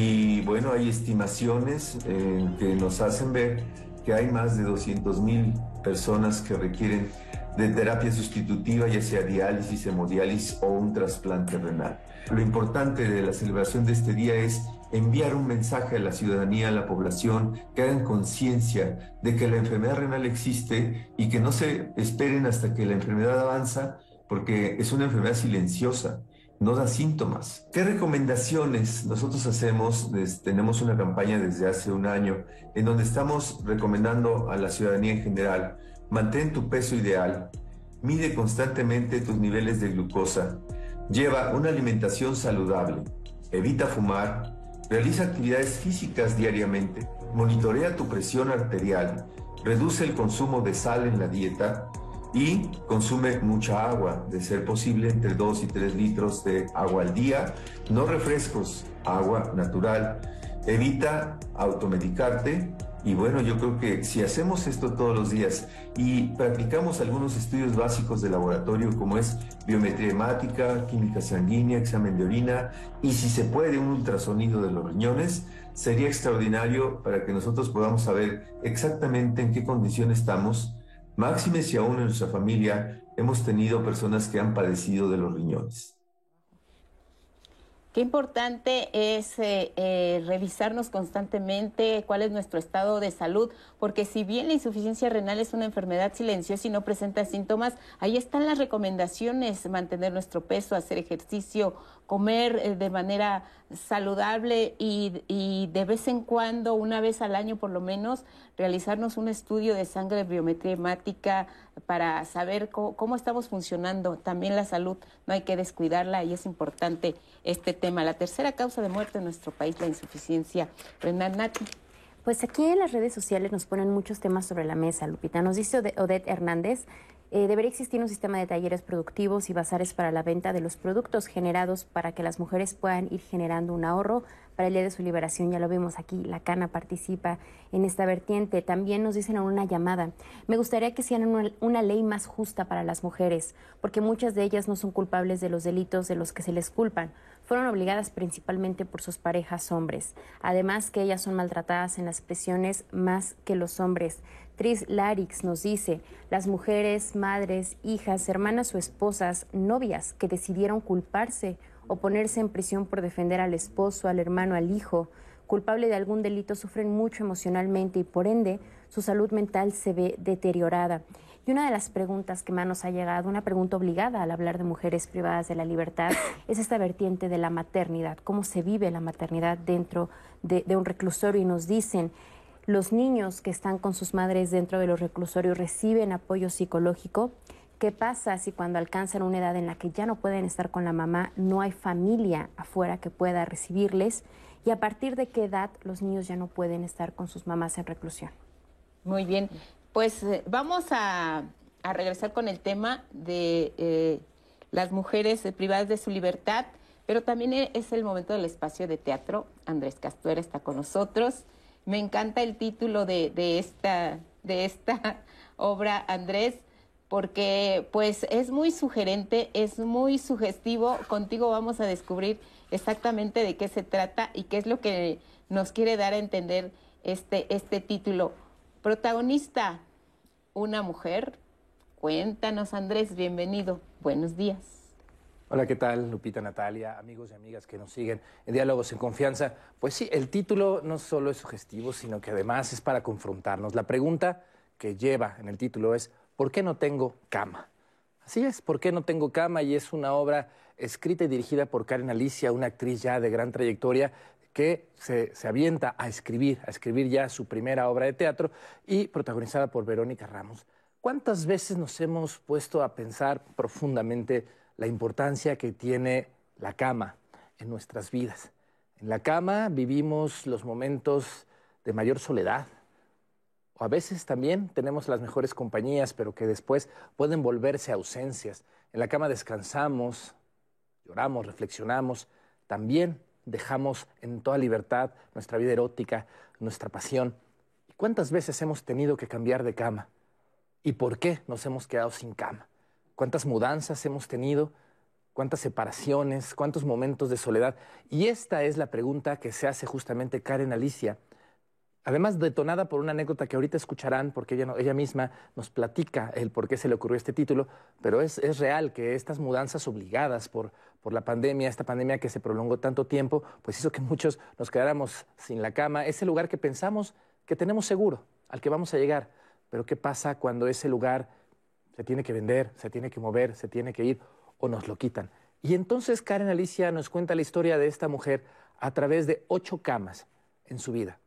y bueno, hay estimaciones eh, que nos hacen ver que hay más de doscientas mil personas que requieren de terapia sustitutiva, ya sea diálisis, hemodiálisis o un trasplante renal. Lo importante de la celebración de este día es enviar un mensaje a la ciudadanía, a la población, que hagan conciencia de que la enfermedad renal existe y que no se esperen hasta que la enfermedad avanza, porque es una enfermedad silenciosa, no da síntomas. ¿Qué recomendaciones nosotros hacemos? Tenemos una campaña desde hace un año en donde estamos recomendando a la ciudadanía en general: mantén tu peso ideal, mide constantemente tus niveles de glucosa, lleva una alimentación saludable, evita fumar, realiza actividades físicas diariamente, monitorea tu presión arterial, reduce el consumo de sal en la dieta y consume mucha agua, de ser posible entre dos y tres litros de agua al día, no refrescos, agua natural. Evita automedicarte. Y bueno, yo creo que si hacemos esto todos los días y practicamos algunos estudios básicos de laboratorio como es biometría hemática, química sanguínea, examen de orina y si se puede un ultrasonido de los riñones, sería extraordinario para que nosotros podamos saber exactamente en qué condición estamos, máxime si aún en nuestra familia hemos tenido personas que han padecido de los riñones. Qué importante es eh, eh, revisarnos constantemente cuál es nuestro estado de salud, porque si bien la insuficiencia renal es una enfermedad silenciosa y no presenta síntomas, ahí están las recomendaciones: mantener nuestro peso, hacer ejercicio, comer eh, de manera saludable y, y de vez en cuando, una vez al año por lo menos, realizarnos un estudio de sangre, biometría hemática, para saber cómo, cómo estamos funcionando. También la salud no hay que descuidarla y es importante este tema. La tercera causa de muerte en nuestro país, la insuficiencia renal. Nati. Pues aquí en las redes sociales nos ponen muchos temas sobre la mesa, Lupita. Nos dice Odette Hernández: eh, debería existir un sistema de talleres productivos y bazares para la venta de los productos generados para que las mujeres puedan ir generando un ahorro para el día de su liberación. Ya lo vemos aquí, la Cana participa en esta vertiente. También nos dicen en una llamada: me gustaría que hicieran una, una ley más justa para las mujeres, porque muchas de ellas no son culpables de los delitos de los que se les culpan. Fueron obligadas principalmente por sus parejas hombres. Además que ellas son maltratadas en las prisiones más que los hombres. Tris Larix nos dice: las mujeres, madres, hijas, hermanas o esposas, novias que decidieron culparse o ponerse en prisión por defender al esposo, al hermano, al hijo, culpable de algún delito, sufren mucho emocionalmente y por ende su salud mental se ve deteriorada. Y una de las preguntas que más nos ha llegado, una pregunta obligada al hablar de mujeres privadas de la libertad, es esta vertiente de la maternidad, cómo se vive la maternidad dentro de, de un reclusorio. Y nos dicen, los niños que están con sus madres dentro de los reclusorios reciben apoyo psicológico. ¿Qué pasa si cuando alcanzan una edad en la que ya no pueden estar con la mamá, no hay familia afuera que pueda recibirles? ¿Y a partir de qué edad los niños ya no pueden estar con sus mamás en reclusión? Muy bien, pues eh, vamos a, a regresar con el tema de eh, las mujeres eh, privadas de su libertad, pero también es el momento del espacio de teatro. Andrés Castuera está con nosotros. Me encanta el título de, de, esta, de esta obra, Andrés, porque pues es muy sugerente, es muy sugestivo. Contigo vamos a descubrir exactamente de qué se trata y qué es lo que nos quiere dar a entender este, este título. Protagonista, una mujer. Cuéntanos, Andrés, bienvenido. Buenos días. Hola, ¿qué tal, Lupita, Natalia, amigos y amigas que nos siguen en Diálogos en Confianza? Pues sí, el título no solo es sugestivo, sino que además es para confrontarnos. La pregunta que lleva en el título es, ¿por qué no tengo cama? Así es, ¿por qué no tengo cama? Y es una obra escrita y dirigida por Karen Alicia, una actriz ya de gran trayectoria, que se, se avienta a escribir, a escribir ya su primera obra de teatro y protagonizada por Verónica Ramos. ¿Cuántas veces nos hemos puesto a pensar profundamente la importancia que tiene la cama en nuestras vidas? En la cama vivimos los momentos de mayor soledad, o a veces también tenemos las mejores compañías, pero que después pueden volverse ausencias. En la cama descansamos, lloramos, reflexionamos, también dejamos en toda libertad nuestra vida erótica, nuestra pasión. ¿Y cuántas veces hemos tenido que cambiar de cama? ¿Y por qué nos hemos quedado sin cama? ¿Cuántas mudanzas hemos tenido? ¿Cuántas separaciones? ¿Cuántos momentos de soledad? Y esta es la pregunta que se hace justamente Karen Alicia, además detonada por una anécdota que ahorita escucharán, porque ella, ella misma nos platica el por qué se le ocurrió este título, pero es, es real que estas mudanzas obligadas por, por la pandemia, esta pandemia que se prolongó tanto tiempo, pues hizo que muchos nos quedáramos sin la cama, ese lugar que pensamos que tenemos seguro, al que vamos a llegar. Pero ¿qué pasa cuando ese lugar se tiene que vender, se tiene que mover, se tiene que ir o nos lo quitan? Y entonces Karen Alicia nos cuenta la historia de esta mujer a través de ocho camas en su vida.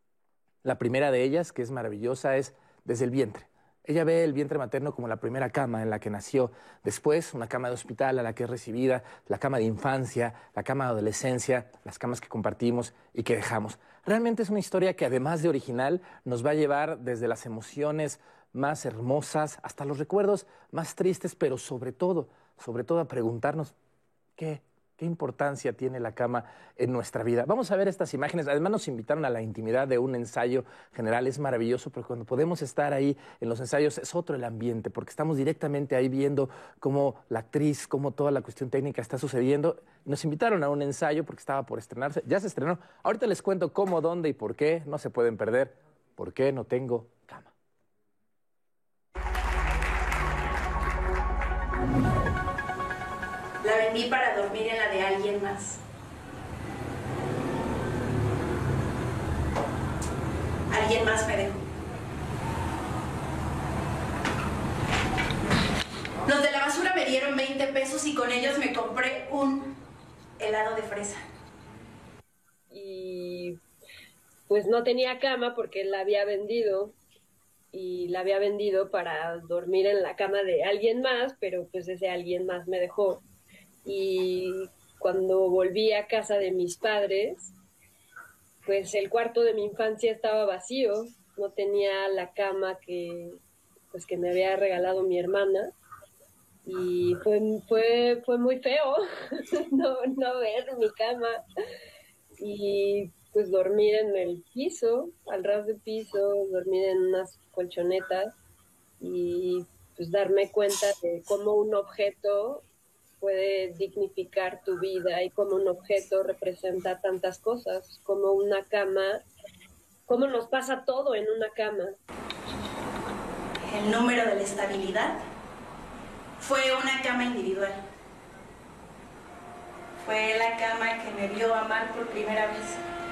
La primera de ellas, que es maravillosa, es desde el vientre. Ella ve el vientre materno como la primera cama en la que nació. Después, una cama de hospital a la que es recibida, la cama de infancia, la cama de adolescencia, las camas que compartimos y que dejamos. Realmente es una historia que, además de original, nos va a llevar desde las emociones más hermosas hasta los recuerdos más tristes, pero sobre todo, sobre todo a preguntarnos qué ¿Qué importancia tiene la cama en nuestra vida? Vamos a ver estas imágenes. Además nos invitaron a la intimidad de un ensayo general. Es maravilloso porque cuando podemos estar ahí en los ensayos es otro el ambiente, porque estamos directamente ahí viendo cómo la actriz, cómo toda la cuestión técnica está sucediendo. Nos invitaron a un ensayo porque estaba por estrenarse. Ya se estrenó. Ahorita les cuento cómo, dónde y por qué. No se pueden perder. ¿Por qué no tengo cama? La vendí para dormir en la de alguien más. Alguien más me dejó. Los de la basura me dieron veinte pesos y con ellos me compré un helado de fresa. Y pues no tenía cama porque la había vendido. Y la había vendido para dormir en la cama de alguien más, pero pues ese alguien más me dejó. Y cuando volví a casa de mis padres, pues el cuarto de mi infancia estaba vacío, no tenía la cama que, pues, que me había regalado mi hermana, y fue, fue, fue muy feo no, no ver mi cama, y pues dormir en el piso, al ras de piso, dormir en unas colchonetas, y pues darme cuenta de cómo un objeto puede dignificar tu vida y como un objeto representa tantas cosas, como una cama, cómo nos pasa todo en una cama. El número de la estabilidad fue una cama individual. Fue la cama que me vio amar por primera vez.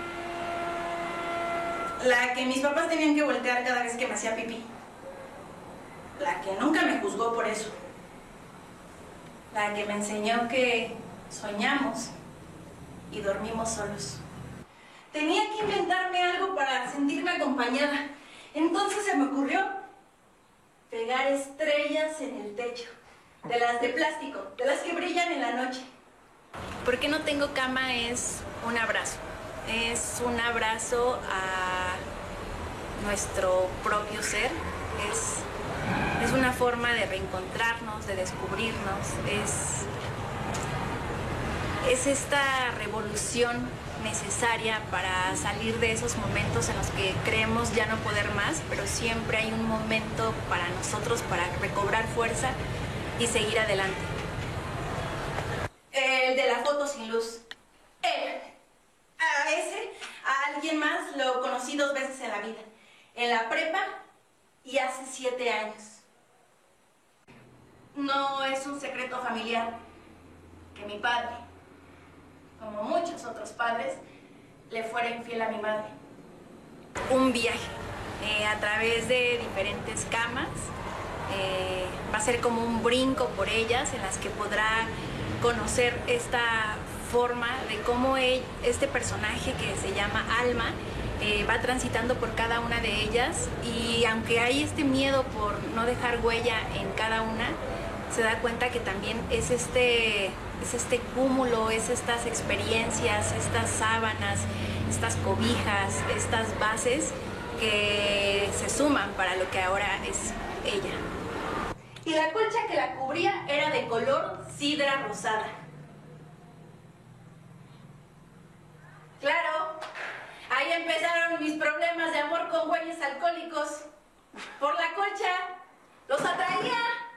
La que mis papás tenían que voltear cada vez que me hacía pipí. La que nunca me juzgó por eso. La que me enseñó que soñamos y dormimos solos. Tenía que inventarme algo para sentirme acompañada. Entonces se me ocurrió pegar estrellas en el techo. De las de plástico, de las que brillan en la noche. ¿Por qué no tengo cama? Es un abrazo. Es un abrazo a nuestro propio ser. Es, es una forma de reencontrarnos, de descubrirnos. Es, es esta revolución necesaria para salir de esos momentos en los que creemos ya no poder más, pero siempre hay un momento para nosotros para recobrar fuerza y seguir adelante. El de la foto sin luz. Él. A ese, a alguien más, lo conocí dos veces en la vida. En la prepa y hace siete años. No es un secreto familiar que mi padre, como muchos otros padres, le fuera infiel a mi madre. Un viaje eh, a través de diferentes camas. Eh, va a ser como un brinco por ellas en las que podrá conocer esta forma de cómo él, este personaje que se llama Alma eh, va transitando por cada una de ellas, y aunque hay este miedo por no dejar huella en cada una, se da cuenta que también es este, es este cúmulo, es estas experiencias, estas sábanas, estas cobijas, estas bases que se suman para lo que ahora es ella. Y la colcha que la cubría era de color sidra rosada. Claro, ahí empezaron mis problemas de amor con güeyes alcohólicos. Por la colcha, los atraía.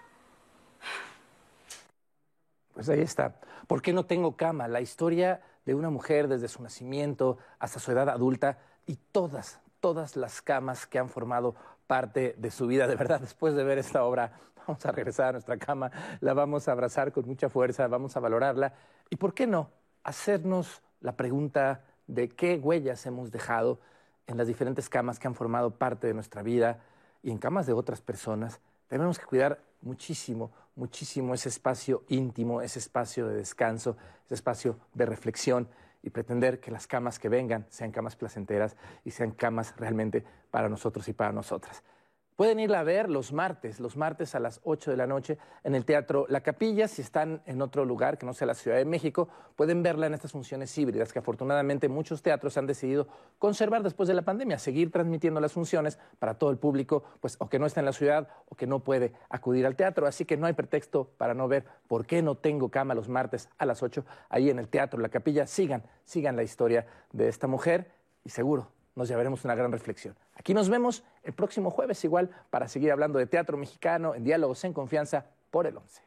Pues ahí está. ¿Por qué no tengo cama? La historia de una mujer desde su nacimiento hasta su edad adulta y todas, todas las camas que han formado parte de su vida. De verdad, después de ver esta obra, vamos a regresar a nuestra cama, la vamos a abrazar con mucha fuerza, vamos a valorarla. Y ¿por qué no hacernos la pregunta de qué huellas hemos dejado en las diferentes camas que han formado parte de nuestra vida y en camas de otras personas? Tenemos que cuidar muchísimo, muchísimo ese espacio íntimo, ese espacio de descanso, ese espacio de reflexión, y pretender que las camas que vengan sean camas placenteras y sean camas realmente para nosotros y para nosotras. Pueden irla a ver los martes, los martes a las ocho de la noche en el Teatro La Capilla. Si están en otro lugar que no sea la Ciudad de México, pueden verla en estas funciones híbridas que afortunadamente muchos teatros han decidido conservar después de la pandemia, seguir transmitiendo las funciones para todo el público, pues o que no está en la ciudad o que no puede acudir al teatro. Así que no hay pretexto para no ver Por qué no tengo cama los martes a las ocho ahí en el Teatro La Capilla. Sigan, sigan la historia de esta mujer y seguro nos llevaremos una gran reflexión. Aquí nos vemos el próximo jueves igual para seguir hablando de teatro mexicano en Diálogos en Confianza por el once.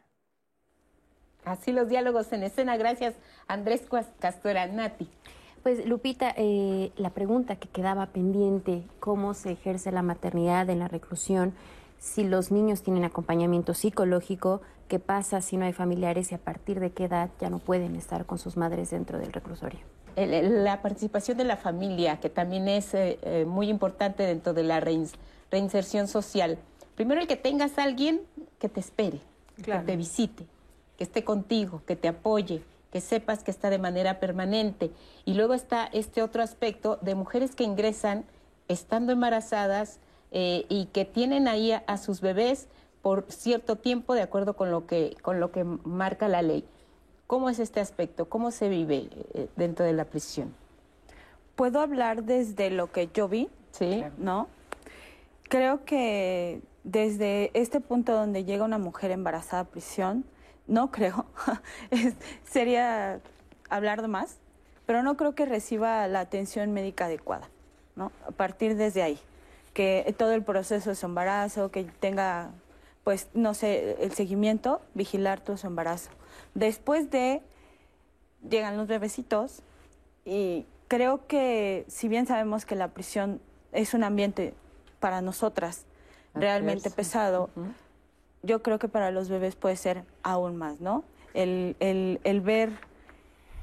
Así los diálogos en escena. Gracias, Andrés Castuera. Nati. Pues Lupita, eh, la pregunta que quedaba pendiente, ¿cómo se ejerce la maternidad en la reclusión? Si los niños tienen acompañamiento psicológico, ¿qué pasa si no hay familiares y a partir de qué edad ya no pueden estar con sus madres dentro del reclusorio? El, el, la participación de la familia, que también es eh, eh, muy importante dentro de la rein, reinserción social. Primero, el que tengas a alguien que te espere, claro, que te visite, que esté contigo, que te apoye, que sepas que está de manera permanente. Y luego está este otro aspecto de mujeres que ingresan estando embarazadas eh, y que tienen ahí a, a sus bebés por cierto tiempo de acuerdo con lo que, con lo que marca la ley. ¿Cómo es este aspecto? ¿Cómo se vive eh, dentro de la prisión? Puedo hablar desde lo que yo vi, sí, ¿no? Creo que desde este punto donde llega una mujer embarazada a prisión, no creo, es, sería hablar de más, pero no creo que reciba la atención médica adecuada, ¿no? A partir desde ahí, que todo el proceso de su embarazo, que tenga, pues, no sé, el seguimiento, vigilar todo su embarazo. Después de, llegan los bebecitos y creo que, si bien sabemos que la prisión es un ambiente para nosotras realmente pesado, uh-huh, yo creo que para los bebés puede ser aún más, ¿no? El, el, el ver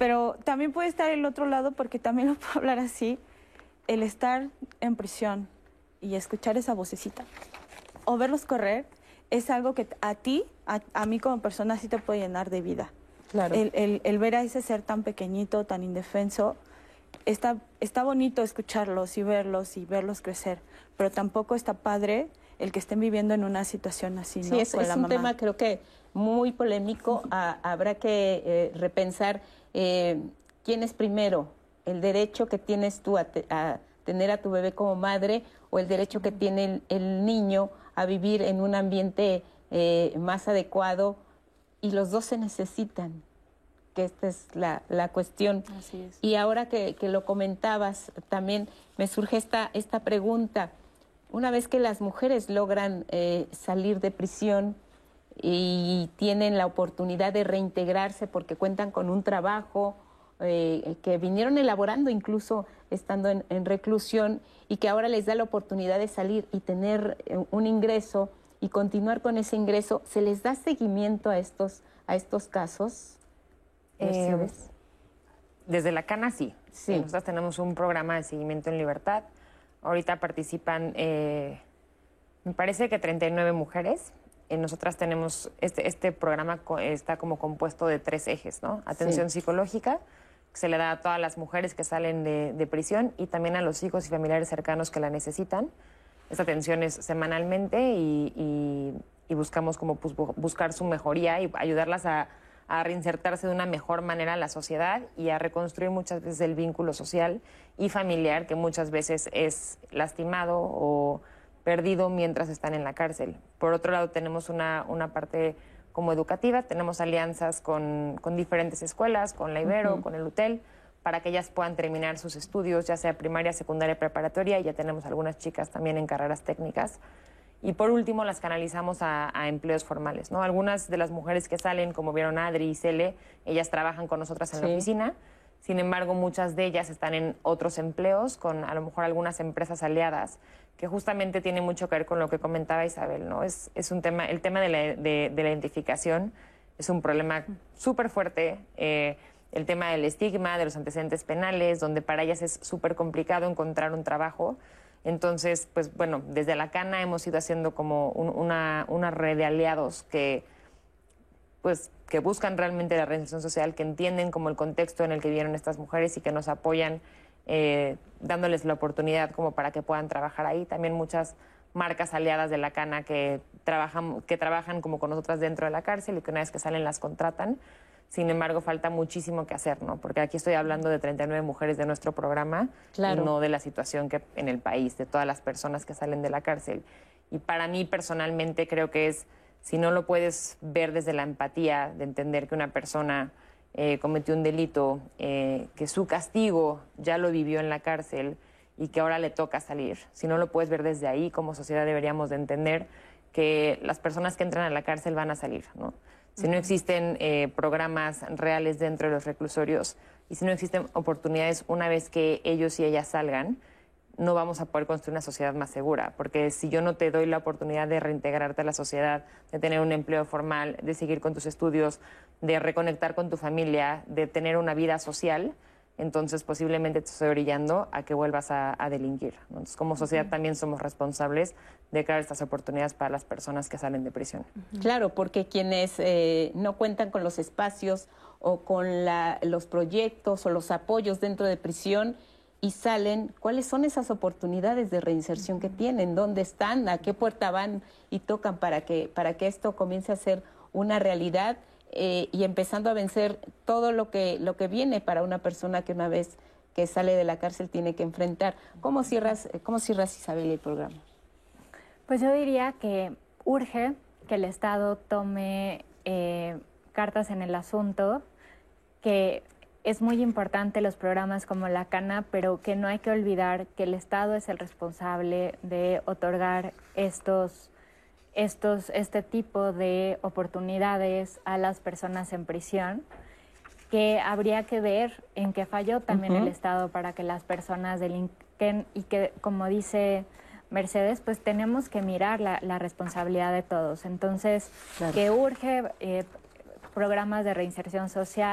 Pero también puede estar el otro lado, porque también lo puedo hablar así, el estar en prisión y escuchar esa vocecita o verlos correr es algo que a ti, a, a mí como persona, sí te puede llenar de vida. Claro. El, el, el ver a ese ser tan pequeñito, tan indefenso, está, está bonito escucharlos y verlos y verlos crecer, pero tampoco está padre el que estén viviendo en una situación así, ¿no? Sí, es, Con es la un mamá. tema creo que muy polémico. A, habrá que eh, repensar eh, quién es primero, el derecho que tienes tú a, te, a tener a tu bebé como madre o el derecho que tiene el, el niño a vivir en un ambiente eh, más adecuado, y los dos se necesitan, que esta es la, la cuestión. Así es. Y ahora que, que lo comentabas, también me surge esta, esta pregunta. Una vez que las mujeres logran eh, salir de prisión y tienen la oportunidad de reintegrarse porque cuentan con un trabajo eh, que vinieron elaborando incluso estando en, en reclusión, y que ahora les da la oportunidad de salir y tener eh, un ingreso y continuar con ese ingreso, ¿se les da seguimiento a estos, a estos casos? Eh, desde la Cana sí. Sí. Nosotros tenemos un programa de seguimiento en libertad. Ahorita participan, eh, me parece que treinta y nueve mujeres. Eh, nosotras tenemos, este, este programa co está como compuesto de tres ejes, ¿no? Atención Sí. psicológica, que se le da a todas las mujeres que salen de, de prisión, y también a los hijos y familiares cercanos que la necesitan. Esta atención es semanalmente y, y, y buscamos como pues, bu buscar su mejoría y ayudarlas a, a reinsertarse de una mejor manera en la sociedad y a reconstruir muchas veces el vínculo social y familiar que muchas veces es lastimado o perdido mientras están en la cárcel. Por otro lado, tenemos una, una parte como educativa, tenemos alianzas con, con diferentes escuelas, con la Ibero, Uh-huh. con el U T E L, para que ellas puedan terminar sus estudios, ya sea primaria, secundaria, preparatoria, y ya tenemos algunas chicas también en carreras técnicas. Y por último, las canalizamos a, a empleos formales, ¿no? Algunas de las mujeres que salen, como vieron Adri y Cele, ellas trabajan con nosotras en Sí. la oficina. Sin embargo, muchas de ellas están en otros empleos, con a lo mejor algunas empresas aliadas, que justamente tiene mucho que ver con lo que comentaba Isabel, ¿no? Es, es un tema, el tema de la, de, de la identificación es un problema súper fuerte. Eh, el tema del estigma, de los antecedentes penales, donde para ellas es súper complicado encontrar un trabajo. Entonces, pues bueno, desde la Cana hemos ido haciendo como un, una, una red de aliados que, pues, que buscan realmente la reinserción social, que entienden como el contexto en el que vivieron estas mujeres y que nos apoyan eh, dándoles la oportunidad como para que puedan trabajar ahí. También muchas marcas aliadas de la Cana que trabajan, que trabajan como con nosotras dentro de la cárcel y que una vez que salen las contratan. Sin embargo, falta muchísimo que hacer, ¿no? Porque aquí estoy hablando de treinta y nueve mujeres de nuestro programa, Claro. y no de la situación que en el país, de todas las personas que salen de la cárcel. Y para mí, personalmente, creo que es, si no lo puedes ver desde la empatía, de entender que una persona eh, cometió un delito, eh, que su castigo ya lo vivió en la cárcel y que ahora le toca salir. Si no lo puedes ver desde ahí, como sociedad deberíamos de entender que las personas que entran a la cárcel van a salir, ¿no? Si no existen eh, programas reales dentro de los reclusorios y si no existen oportunidades una vez que ellos y ellas salgan, no vamos a poder construir una sociedad más segura. Porque si yo no te doy la oportunidad de reintegrarte a la sociedad, de tener un empleo formal, de seguir con tus estudios, de reconectar con tu familia, de tener una vida social, entonces posiblemente te estoy orillando a que vuelvas a, a delinquir, ¿no? Entonces, como sociedad también somos responsables de crear estas oportunidades para las personas que salen de prisión. Claro, porque quienes eh, no cuentan con los espacios o con la, los proyectos o los apoyos dentro de prisión y salen, ¿cuáles son esas oportunidades de reinserción que tienen? ¿Dónde están? ¿A qué puerta van y tocan para que, para que esto comience a ser una realidad? Eh, y empezando a vencer todo lo que, lo que viene para una persona que una vez que sale de la cárcel tiene que enfrentar. ¿Cómo cierras, cómo cierras Isabel, el programa? Pues yo diría que urge que el Estado tome eh, cartas en el asunto, que es muy importante los programas como la Cana, pero que no hay que olvidar que el Estado es el responsable de otorgar estos Estos, este tipo de oportunidades a las personas en prisión, que habría que ver en qué falló también Uh-huh. el Estado para que las personas delinquen y que, como dice Mercedes, pues tenemos que mirar la, la responsabilidad de todos. Entonces, Claro. que urge eh, programas de reinserción social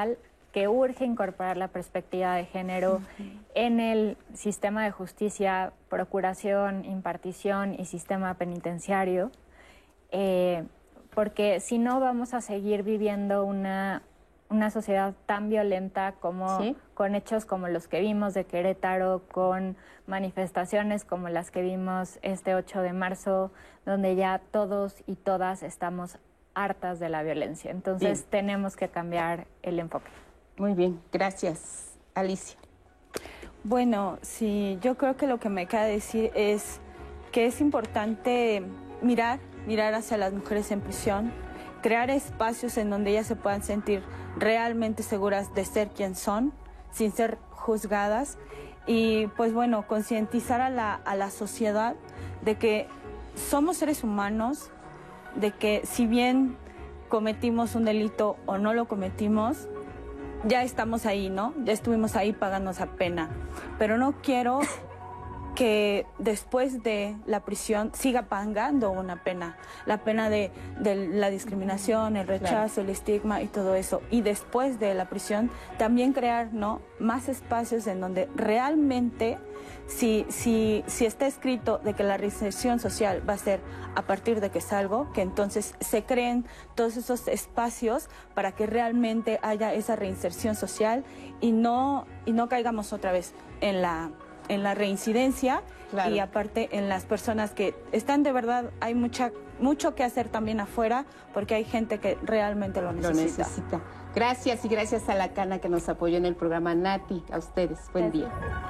que urge incorporar la perspectiva de género uh-huh. en el sistema de justicia, procuración, impartición y sistema penitenciario, eh, porque si no vamos a seguir viviendo una, una sociedad tan violenta como ¿Sí? con hechos como los que vimos de Querétaro, con manifestaciones como las que vimos este ocho de marzo, donde ya todos y todas estamos hartas de la violencia. Entonces bien. tenemos que cambiar el enfoque. Muy bien, gracias. Alicia. Bueno, sí, yo creo que lo que me queda decir es que es importante mirar, mirar hacia las mujeres en prisión, crear espacios en donde ellas se puedan sentir realmente seguras de ser quien son, sin ser juzgadas, y pues bueno, concientizar a la, a la sociedad de que somos seres humanos, de que si bien cometimos un delito o no lo cometimos, ya estamos ahí, ¿no? Ya estuvimos ahí pagando esa pena. Pero no quiero que después de la prisión siga pagando una pena. La pena de, de la discriminación, el rechazo, claro. el estigma y todo eso. Y después de la prisión también crear, ¿no?, más espacios en donde realmente, si, si, si está escrito de que la reinserción social va a ser a partir de que salgo, que entonces se creen todos esos espacios para que realmente haya esa reinserción social y no, y no caigamos otra vez en la, en la reincidencia. Claro. Y aparte en las personas que están de verdad, hay mucha, mucho que hacer también afuera, porque hay gente que realmente lo necesita. Lo necesita. Gracias y gracias a la Cana que nos apoyó en el programa. Nati, a ustedes. Buen gracias. día.